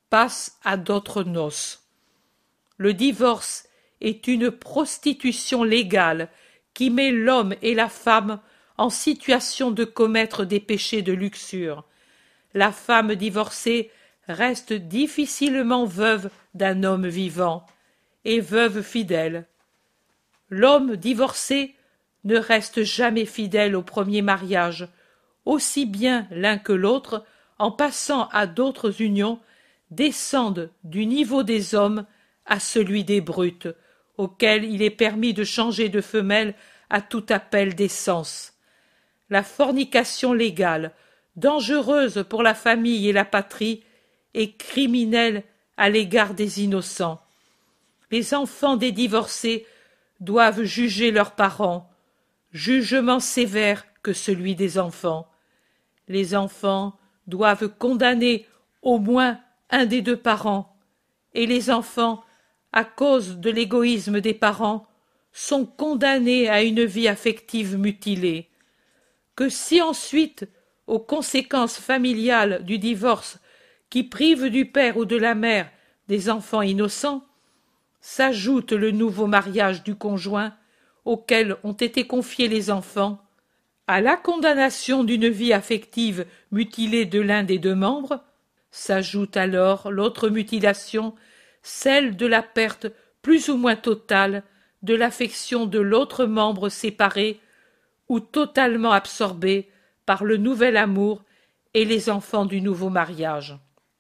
passe à d'autres noces. Le divorce est une prostitution légale qui met l'homme et la femme en situation de commettre des péchés de luxure. La femme divorcée reste difficilement veuve d'un homme vivant, et veuve fidèle. L'homme divorcé ne reste jamais fidèle au premier mariage, aussi bien l'un que l'autre, en passant à d'autres unions, descendent du niveau des hommes à celui des brutes, auxquels il est permis de changer de femelle à tout appel d'essence. La fornication légale, dangereuse pour la famille et la patrie, est criminelle à l'égard des innocents. Les enfants des divorcés doivent juger leurs parents, jugement sévère que celui des enfants. Les enfants doivent condamner au moins un des deux parents, et les enfants, à cause de l'égoïsme des parents, sont condamnés à une vie affective mutilée. Que si ensuite, aux conséquences familiales du divorce qui privent du père ou de la mère des enfants innocents, s'ajoute le nouveau mariage du conjoint auquel ont été confiés les enfants, à la condamnation d'une vie affective mutilée de l'un des deux membres, s'ajoute alors l'autre mutilation, celle de la perte plus ou moins totale de l'affection de l'autre membre séparé ou totalement absorbé par le nouvel amour et les enfants du nouveau mariage.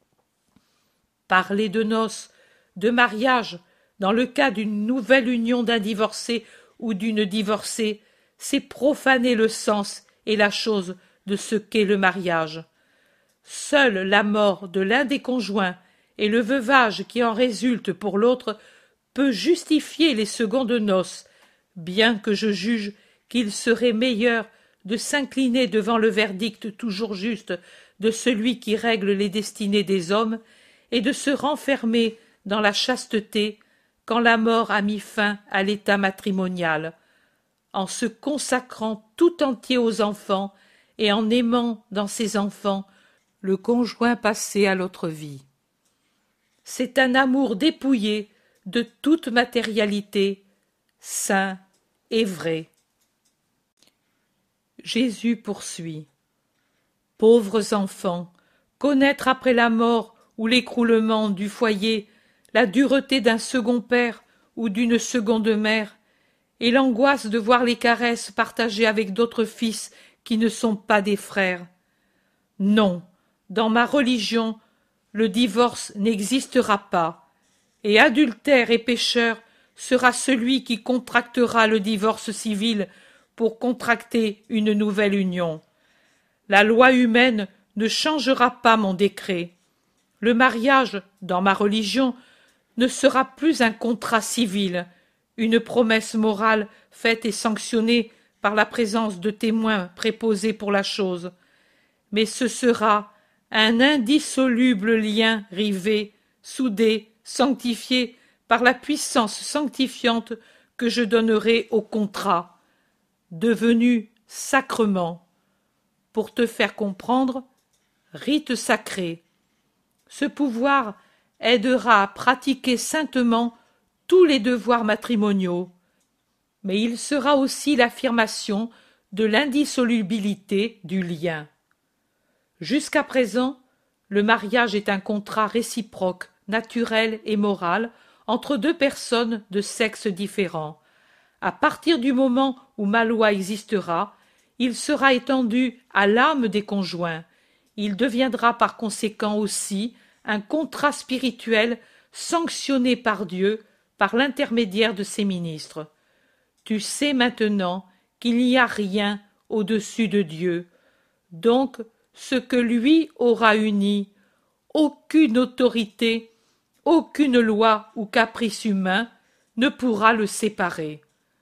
Parler de noces, de mariage, dans le cas d'une nouvelle union d'un divorcé ou d'une divorcée, c'est profaner le sens et la chose de ce qu'est le mariage. Seule la mort de l'un des conjoints et le veuvage qui en résulte pour l'autre peut justifier les secondes noces, bien que je juge qu'il serait meilleur de s'incliner devant le verdict toujours juste de celui qui règle les destinées des hommes et de se renfermer dans la chasteté quand la mort a mis fin à l'état matrimonial, en se consacrant tout entier aux enfants et en aimant dans ses enfants le conjoint passé à l'autre vie. C'est un amour dépouillé de toute matérialité, saint et vrai. Jésus poursuit. Pauvres enfants, connaître après la mort ou l'écroulement du foyer la dureté d'un second père ou d'une seconde mère, et l'angoisse de voir les caresses partagées avec d'autres fils qui ne sont pas des frères. Non, dans ma religion, le divorce n'existera pas, et adultère et pécheur sera celui qui contractera le divorce civil pour contracter une nouvelle union. La loi humaine ne changera pas mon décret. Le mariage, dans ma religion, ne sera plus un contrat civil, une promesse morale faite et sanctionnée par la présence de témoins préposés pour la chose, mais ce sera un indissoluble lien rivé, soudé, sanctifié par la puissance sanctifiante que je donnerai au contrat, devenu sacrement. Pour te faire comprendre, rite sacré. Ce pouvoir aidera à pratiquer saintement tous les devoirs matrimoniaux, mais il sera aussi l'affirmation de l'indissolubilité du lien. Jusqu'à présent, le mariage est un contrat réciproque, naturel et moral entre deux personnes de sexes différents. À partir du moment où ma loi existera, il sera étendu à l'âme des conjoints. Il deviendra par conséquent aussi un contrat spirituel sanctionné par Dieu par l'intermédiaire de ses ministres. Tu sais maintenant qu'il n'y a rien au-dessus de Dieu. Donc, ce que lui aura uni, aucune autorité, aucune loi ou caprice humain ne pourra le séparer.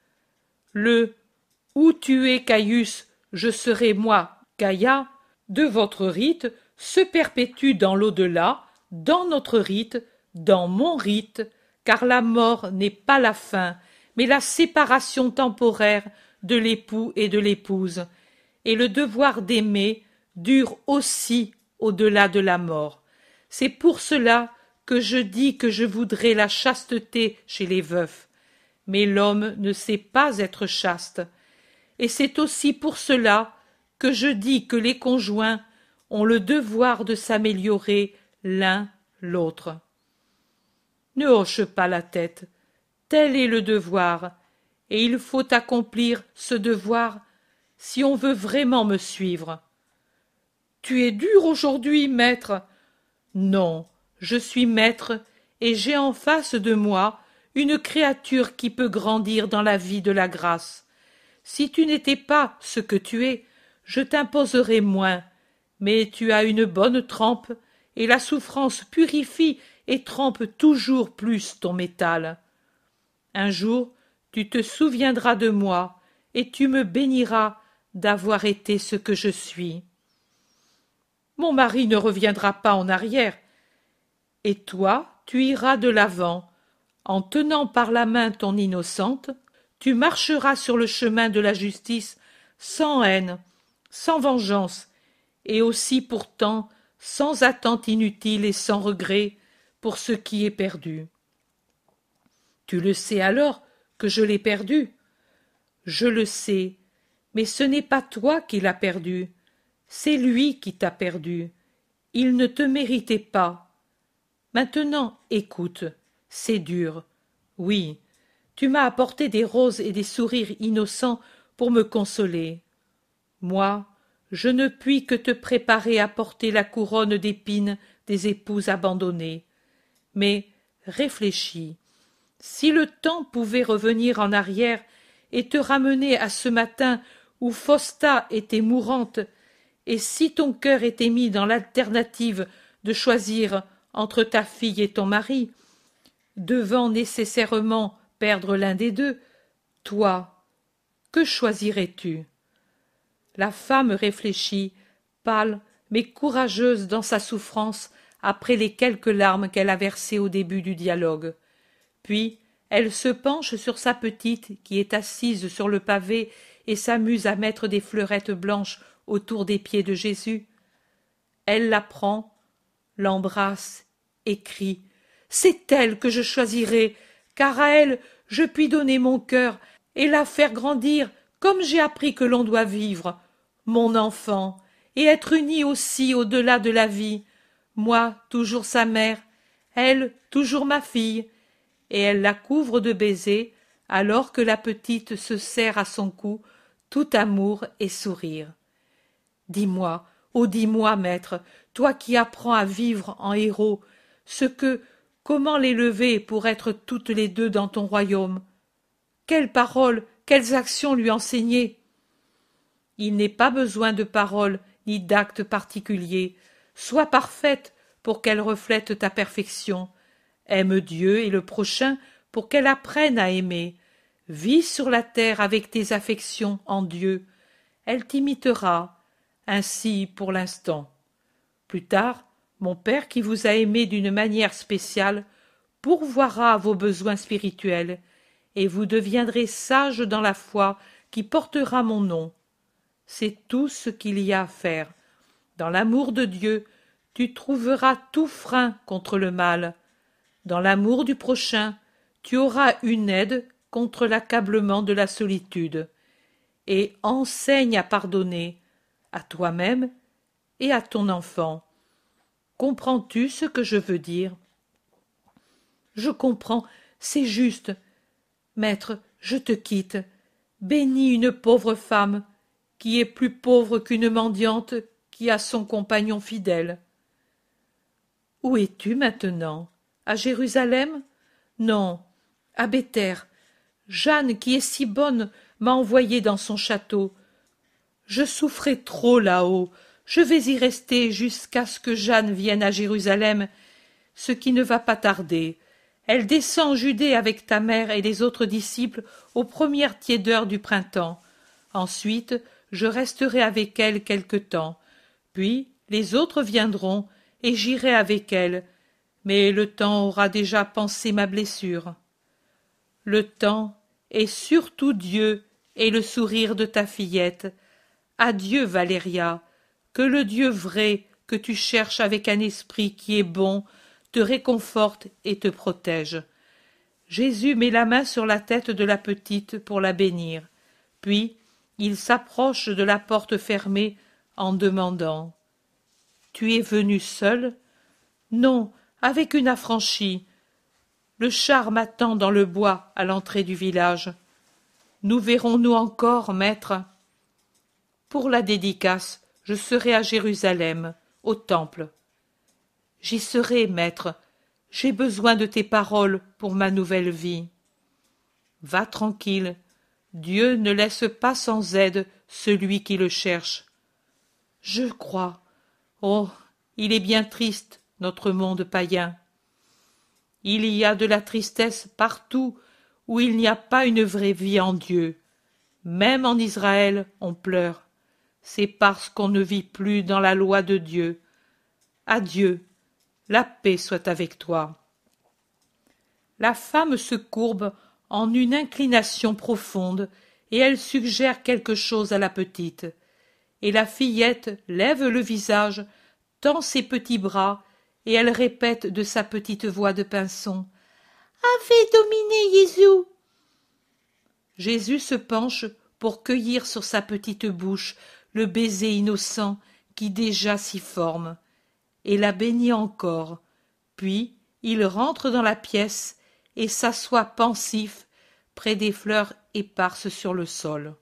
Le « où tu es, Caius, je serai moi, Caïa » de votre rite se perpétue dans l'au-delà, dans notre rite, dans mon rite, car la mort n'est pas la fin, mais la séparation temporaire de l'époux et de l'épouse, et le devoir d'aimer dure aussi au-delà de la mort. C'est pour cela que je dis que je voudrais la chasteté chez les veufs. Mais l'homme ne sait pas être chaste. Et c'est aussi pour cela que je dis que les conjoints ont le devoir de s'améliorer l'un l'autre. Ne hoche pas la tête, tel est le devoir, et il faut accomplir ce devoir si on veut vraiment me suivre. Tu es dur aujourd'hui, maître. Non, je suis maître, et j'ai en face de moi une créature qui peut grandir dans la vie de la grâce. Si tu n'étais pas ce que tu es, je t'imposerais moins, mais tu as une bonne trempe, et la souffrance purifie et trempe toujours plus ton métal. Un jour, tu te souviendras de moi, et tu me béniras d'avoir été ce que je suis. Mon mari ne reviendra pas en arrière, et toi, tu iras de l'avant. En tenant par la main ton innocente, tu marcheras sur le chemin de la justice sans haine, sans vengeance, et aussi pourtant sans attente inutile et sans regret pour ce qui est perdu. Tu le sais alors que je l'ai perdu. Je le sais, mais ce n'est pas toi qui l'as perdu, c'est lui qui t'a perdu. Il ne te méritait pas. Maintenant, écoute, c'est dur. Oui, tu m'as apporté des roses et des sourires innocents pour me consoler. Moi, je ne puis que te préparer à porter la couronne d'épines des épouses abandonnées. Mais réfléchis. Si le temps pouvait revenir en arrière et te ramener à ce matin où Fausta était mourante, et si ton cœur était mis dans l'alternative de choisir entre ta fille et ton mari, devant nécessairement perdre l'un des deux, toi, que choisirais-tu? La femme réfléchit, pâle mais courageuse dans sa souffrance après les quelques larmes qu'elle a versées au début du dialogue. Puis elle se penche sur sa petite qui est assise sur le pavé et s'amuse à mettre des fleurettes blanches autour des pieds de Jésus. Elle la prend, l'embrasse et crie « C'est elle que je choisirai, car à elle je puis donner mon cœur et la faire grandir comme j'ai appris que l'on doit vivre, mon enfant, et être unie aussi au-delà de la vie, moi toujours sa mère, elle toujours ma fille. » Et elle la couvre de baisers, alors que la petite se serre à son cou, tout amour et sourire. Dis-moi, oh dis-moi, maître, toi qui apprends à vivre en héros, comment l'élever pour être toutes les deux dans ton royaume? Quelles paroles, quelles actions lui enseigner? Il n'est pas besoin de paroles ni d'actes particuliers. Sois parfaite pour qu'elle reflète ta perfection. Aime Dieu et le prochain pour qu'elle apprenne à aimer. Vis sur la terre avec tes affections en Dieu. Elle t'imitera, ainsi pour l'instant. Plus tard, mon Père qui vous a aimé d'une manière spéciale pourvoira à vos besoins spirituels, et vous deviendrez sage dans la foi qui portera mon nom. C'est tout ce qu'il y a à faire. Dans l'amour de Dieu, tu trouveras tout frein contre le mal. Dans l'amour du prochain, tu auras une aide contre l'accablement de la solitude. Et enseigne à pardonner, à toi-même et à ton enfant. Comprends-tu ce que je veux dire? Je comprends, c'est juste. Maître, je te quitte. Bénis une pauvre femme, qui est plus pauvre qu'une mendiante qui a son compagnon fidèle. Où es-tu maintenant? À Jérusalem? Non, à Béthère. Jeanne, qui est si bonne, m'a envoyée dans son château. Je souffrais trop là-haut. Je vais y rester jusqu'à ce que Jeanne vienne à Jérusalem, ce qui ne va pas tarder. Elle descend en Judée avec ta mère et les autres disciples aux premières tiédeurs du printemps. Ensuite, je resterai avec elle quelque temps. Puis les autres viendront, et j'irai avec elle. Mais le temps aura déjà pansé ma blessure. Le temps, et surtout Dieu, et le sourire de ta fillette. Adieu, Valéria, que le Dieu vrai que tu cherches avec un esprit qui est bon, te réconforte et te protège. Jésus met la main sur la tête de la petite pour la bénir. Puis, il s'approche de la porte fermée en demandant « Tu es venu seul ?»« Non, avec une affranchie. Le char m'attend dans le bois à l'entrée du village. Nous verrons-nous encore, maître ? Pour la dédicace, je serai à Jérusalem, au temple. J'y serai, maître. J'ai besoin de tes paroles pour ma nouvelle vie. Va tranquille. Dieu ne laisse pas sans aide celui qui le cherche. Je crois. Oh, il est bien triste, notre monde païen. Il y a de la tristesse partout où il n'y a pas une vraie vie en Dieu. Même en Israël, on pleure. C'est parce qu'on ne vit plus dans la loi de Dieu. Adieu, la paix soit avec toi. La femme se courbe en une inclination profonde, et elle suggère quelque chose à la petite. Et la fillette lève le visage, tend ses petits bras, et elle répète de sa petite voix de pinson « Ave Domine Jésus !» Jésus se penche pour cueillir sur sa petite bouche le baiser innocent qui déjà s'y forme, et la bénit encore, puis il rentre dans la pièce et s'assoit pensif près des fleurs éparses sur le sol.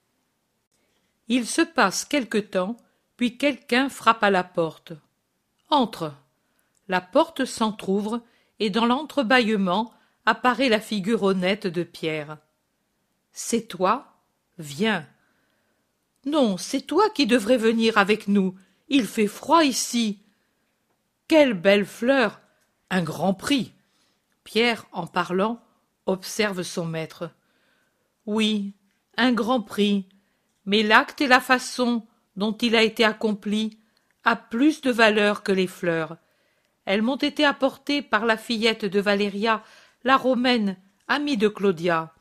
Il se passe quelque temps, puis quelqu'un frappe à la porte. « Entre !» La porte s'entr'ouvre, et dans l'entrebâillement apparaît la figure honnête de Pierre. « C'est toi ? Viens. »« Non, c'est toi qui devrais venir avec nous. Il fait froid ici. »« Quelle belle fleur ! Un grand prix !» Pierre, en parlant, observe son maître. « Oui, un grand prix, mais l'acte et la façon dont il a été accompli a plus de valeur que les fleurs. Elles m'ont été apportées par la fillette de Valéria, la Romaine, amie de Claudia.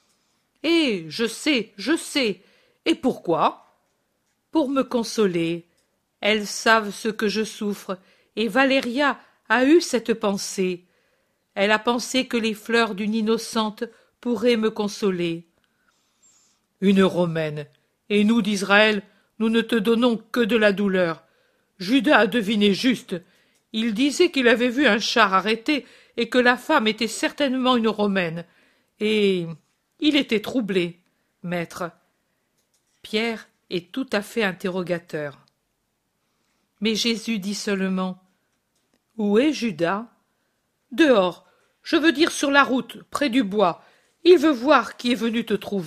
Et je sais. Et pourquoi ? Pour me consoler. Elles savent ce que je souffre, et Valéria a eu cette pensée. Elle a pensé que les fleurs d'une innocente pourraient me consoler. Une Romaine, et nous d'Israël, nous ne te donnons que de la douleur. Judas a deviné juste. Il disait qu'il avait vu un char arrêté et que la femme était certainement une Romaine. Et il était troublé, maître. Pierre est tout à fait interrogateur. Mais Jésus dit seulement « Où est Judas ?»« Dehors, je veux dire sur la route, près du bois. Il veut voir qui est venu te trouver. »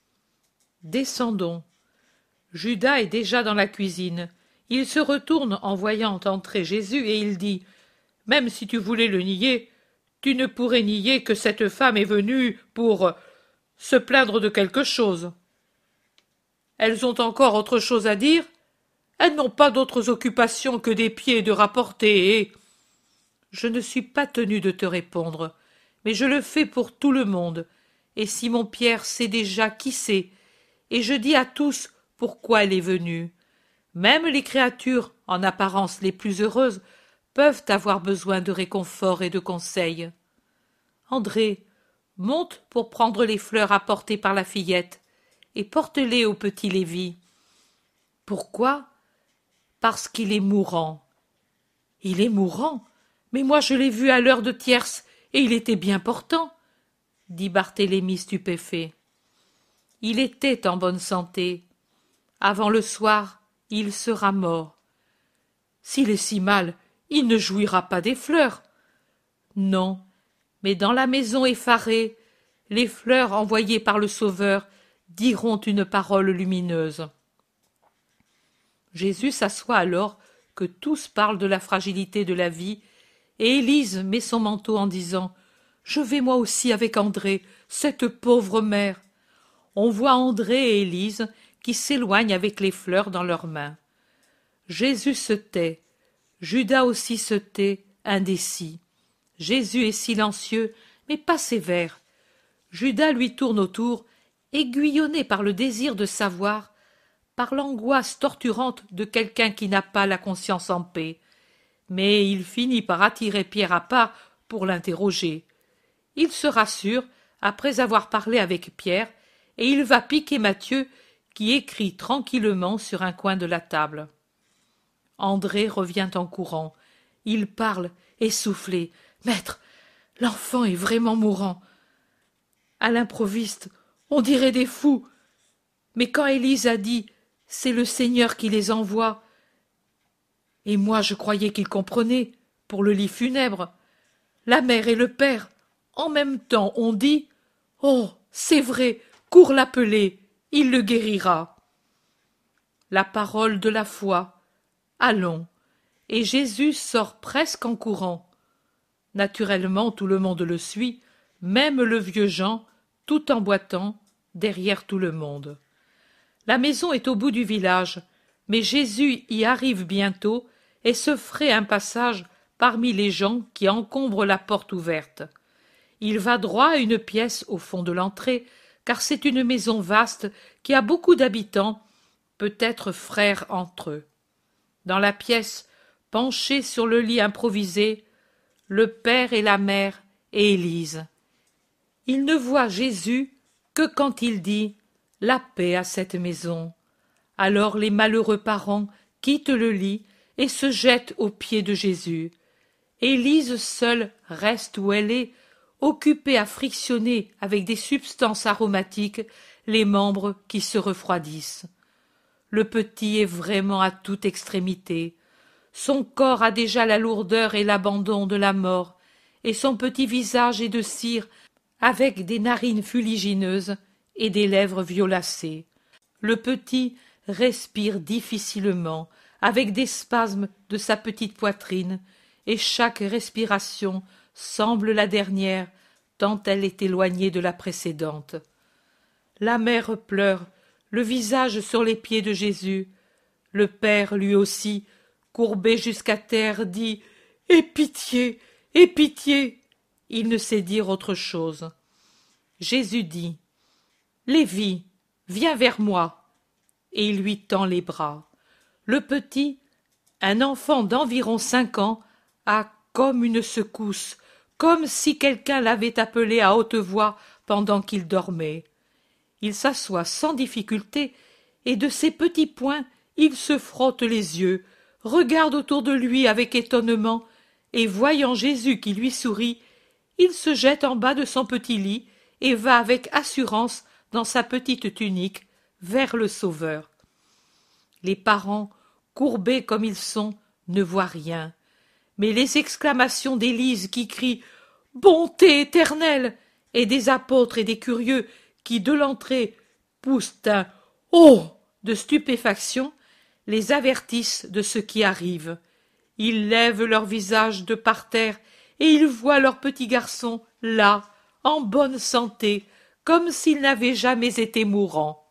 Descendons. Judas est déjà dans la cuisine. Il se retourne en voyant entrer Jésus et il dit « Même si tu voulais le nier, tu ne pourrais nier que cette femme est venue pour se plaindre de quelque chose. Elles ont encore autre chose à dire. Elles n'ont pas d'autres occupations que des pieds de rapporter et… Je ne suis pas tenu de te répondre, mais je le fais pour tout le monde, et Simon Pierre sait déjà qui c'est, et je dis à tous pourquoi elle est venue. Même les créatures, en apparence les plus heureuses, peuvent avoir besoin de réconfort et de conseils. André, monte pour prendre les fleurs apportées par la fillette, et porte-les au petit Lévi. Pourquoi ? Parce qu'il est mourant. Il est mourant ? Mais moi je l'ai vu à l'heure de tierce, et il était bien portant, dit Barthélemy stupéfait. Il était en bonne santé. Avant le soir, il sera mort. S'il est si mal, il ne jouira pas des fleurs. Non, mais dans la maison effarée, les fleurs envoyées par le Sauveur diront une parole lumineuse. Jésus s'assoit alors que tous parlent de la fragilité de la vie, et Élise met son manteau en disant « Je vais moi aussi avec André, cette pauvre mère !» On voit André et Élise qui s'éloignent avec les fleurs dans leurs mains. Jésus se tait. Judas aussi se tait, indécis. Jésus est silencieux, mais pas sévère. Judas lui tourne autour, aiguillonné par le désir de savoir par l'angoisse torturante de quelqu'un qui n'a pas la conscience en paix. Mais il finit par attirer Pierre à part pour l'interroger. Il se rassure après avoir parlé avec Pierre, et il va piquer Matthieu, qui écrit tranquillement sur un coin de la table. André revient en courant. Il parle, essoufflé. « Maître, l'enfant est vraiment mourant. À l'improviste, on dirait des fous. Mais quand Élise a dit « c'est le Seigneur qui les envoie », et moi je croyais qu'il comprenait, pour le lit funèbre. La mère et le père, en même temps, ont dit « Oh, c'est vrai, cours l'appeler, il le guérira. » La parole de la foi. Allons. Et Jésus sort presque en courant. Naturellement, tout le monde le suit, même le vieux Jean, tout en boitant, derrière tout le monde. La maison est au bout du village, mais Jésus y arrive bientôt et se fraye un passage parmi les gens qui encombrent la porte ouverte. Il va droit à une pièce au fond de l'entrée, car c'est une maison vaste qui a beaucoup d'habitants, peut-être frères entre eux. Dans la pièce, penchés sur le lit improvisé, le père et la mère et Élise. Il ne voit Jésus que quand il dit « La paix à cette maison ». Alors les malheureux parents quittent le lit et se jettent aux pieds de Jésus. Élise seule reste où elle est, occupée à frictionner avec des substances aromatiques les membres qui se refroidissent. Le petit est vraiment à toute extrémité. Son corps a déjà la lourdeur et l'abandon de la mort, et son petit visage est de cire, avec des narines fuligineuses et des lèvres violacées. Le petit respire difficilement, avec des spasmes de sa petite poitrine, et chaque respiration semble la dernière, tant elle est éloignée de la précédente. La mère pleure, le visage sur les pieds de Jésus. Le père, lui aussi, courbé jusqu'à terre, dit « Aie pitié, aie pitié !» Il ne sait dire autre chose. Jésus dit « Lévi, viens vers moi !» et il lui tend les bras. Le petit, un enfant d'environ 5 ans, a comme une secousse, comme si quelqu'un l'avait appelé à haute voix pendant qu'il dormait. Il s'assoit sans difficulté, et de ses petits poings il se frotte les yeux, regarde autour de lui avec étonnement, et voyant Jésus qui lui sourit, il se jette en bas de son petit lit et va avec assurance dans sa petite tunique vers le Sauveur. Les parents, courbés comme ils sont, ne voient rien, mais les exclamations d'Élise qui crie « Bonté éternelle !» et des apôtres et des curieux qui, de l'entrée, poussent un « Oh !» de stupéfaction, les avertissent de ce qui arrive. Ils lèvent leur visage de par terre et ils voient leur petit garçon là, en bonne santé, comme s'il n'avait jamais été mourant.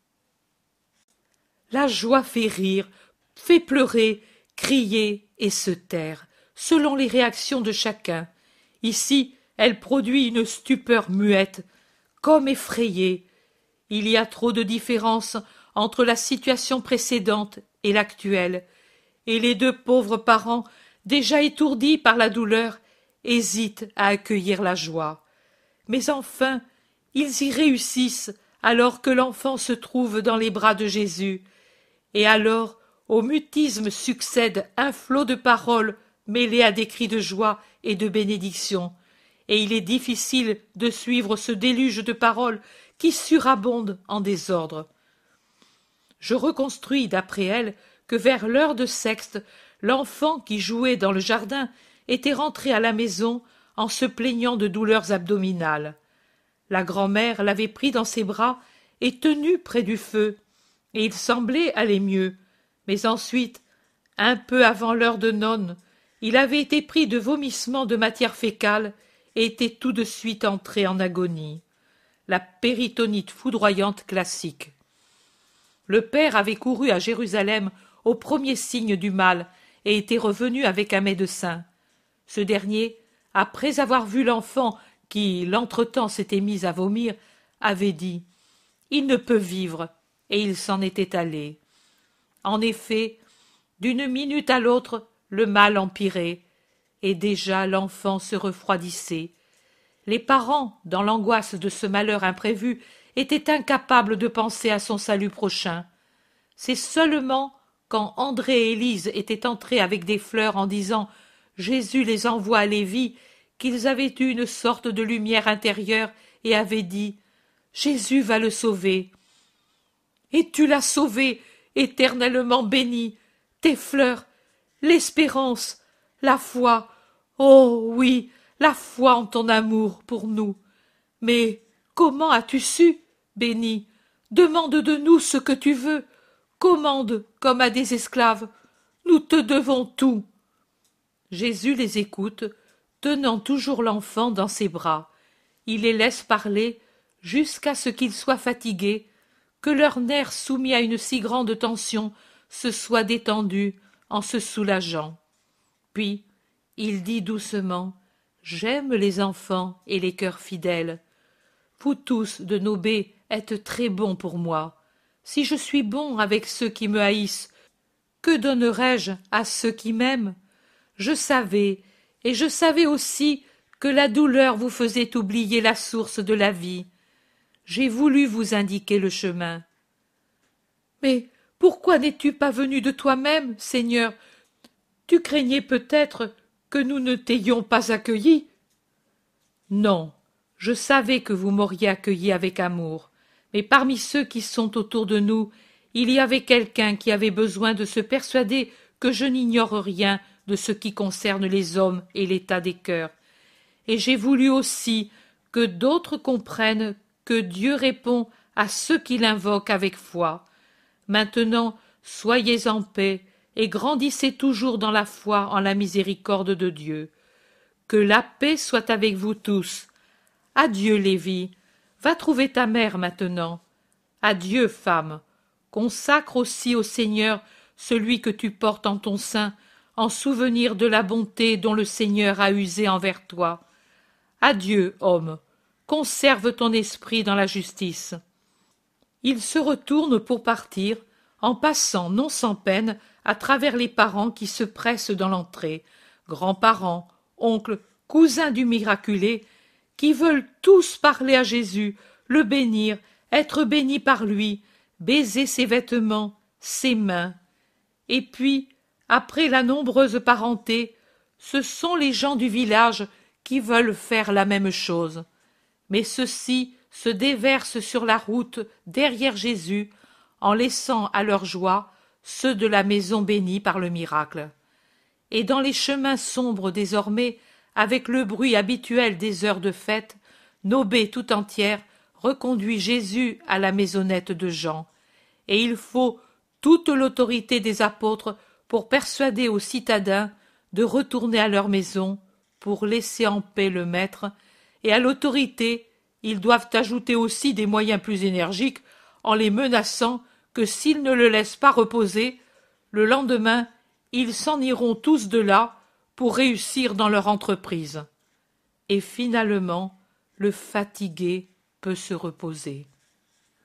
La joie fait rire, fait pleurer, crier et se taire, selon les réactions de chacun. Ici, elle produit une stupeur muette, comme effrayée. Il y a trop de différence entre la situation précédente et l'actuelle, et les 2 pauvres parents, déjà étourdis par la douleur, hésitent à accueillir la joie. Mais enfin, ils y réussissent alors que l'enfant se trouve dans les bras de Jésus, et alors au mutisme succède un flot de paroles mêlées à des cris de joie et de bénédiction, et il est difficile de suivre ce déluge de paroles qui surabonde en désordre. Je reconstruis d'après elle que vers l'heure de sexte, l'enfant qui jouait dans le jardin était rentré à la maison en se plaignant de douleurs abdominales. La grand-mère l'avait pris dans ses bras et tenu près du feu, et il semblait aller mieux. Mais ensuite, un peu avant l'heure de none, il avait été pris de vomissements de matière fécale et était tout de suite entré en agonie. La péritonite foudroyante classique. Le père avait couru à Jérusalem au premier signe du mal et était revenu avec un médecin. Ce dernier, après avoir vu l'enfant qui, l'entretemps, s'était mis à vomir, avait dit « Il ne peut vivre, et il s'en était allé. En effet, d'une minute à l'autre, le mal empirait, et déjà l'enfant se refroidissait. Les parents, dans l'angoisse de ce malheur imprévu, étaient incapables de penser à son salut prochain. C'est seulement quand André et Élise étaient entrés avec des fleurs en disant « Jésus les envoie à Lévi » qu'ils avaient eu une sorte de lumière intérieure et avaient dit « Jésus va le sauver ». Et tu l'as sauvé, éternellement béni, tes fleurs, l'espérance, la foi, oh oui, la foi en ton amour pour nous. Mais comment as-tu su, béni? Demande de nous ce que tu veux, commande comme à des esclaves, nous te devons tout. Jésus les écoute, tenant toujours l'enfant dans ses bras. Il les laisse parler jusqu'à ce qu'ils soient fatigués, que leurs nerfs soumis à une si grande tension se soient détendus en se soulageant. Puis il dit doucement « J'aime les enfants et les cœurs fidèles. Vous tous de Nobé êtes très bons pour moi. Si je suis bon avec ceux qui me haïssent, que donnerais-je à ceux qui m'aiment? Je savais, et je savais aussi que la douleur vous faisait oublier la source de la vie. J'ai voulu vous indiquer le chemin. Mais pourquoi n'es-tu pas venu de toi-même, Seigneur? Tu craignais peut-être que nous ne t'ayons pas accueilli? Non, je savais que vous m'auriez accueilli avec amour, mais parmi ceux qui sont autour de nous, il y avait quelqu'un qui avait besoin de se persuader que je n'ignore rien de ce qui concerne les hommes et l'état des cœurs. Et j'ai voulu aussi que d'autres comprennent que Dieu répond à ceux qui l'invoquent avec foi. Maintenant, soyez en paix et grandissez toujours dans la foi en la miséricorde de Dieu. Que la paix soit avec vous tous. Adieu, Lévi. Va trouver ta mère maintenant. Adieu, femme. Consacre aussi au Seigneur celui que tu portes en ton sein, en souvenir de la bonté dont le Seigneur a usé envers toi. Adieu, homme. Conserve ton esprit dans la justice. Il se retourne pour partir, en passant non sans peine à travers les parents qui se pressent dans l'entrée, grands-parents, oncles, cousins du miraculé, qui veulent tous parler à Jésus, le bénir, être bénis par lui, baiser ses vêtements, ses mains. Et puis, après la nombreuse parenté, ce sont les gens du village qui veulent faire la même chose. Mais ceux-ci se déversent sur la route derrière Jésus, en laissant à leur joie ceux de la maison bénie par le miracle. Et dans les chemins sombres désormais, avec le bruit habituel des heures de fête, Nobé tout entière reconduit Jésus à la maisonnette de Jean. Et il faut toute l'autorité des apôtres pour persuader aux citadins de retourner à leur maison, pour laisser en paix le maître, et à l'autorité, ils doivent ajouter aussi des moyens plus énergiques en les menaçant que s'ils ne le laissent pas reposer, le lendemain, ils s'en iront tous de là pour réussir dans leur entreprise. Et finalement, le fatigué peut se reposer.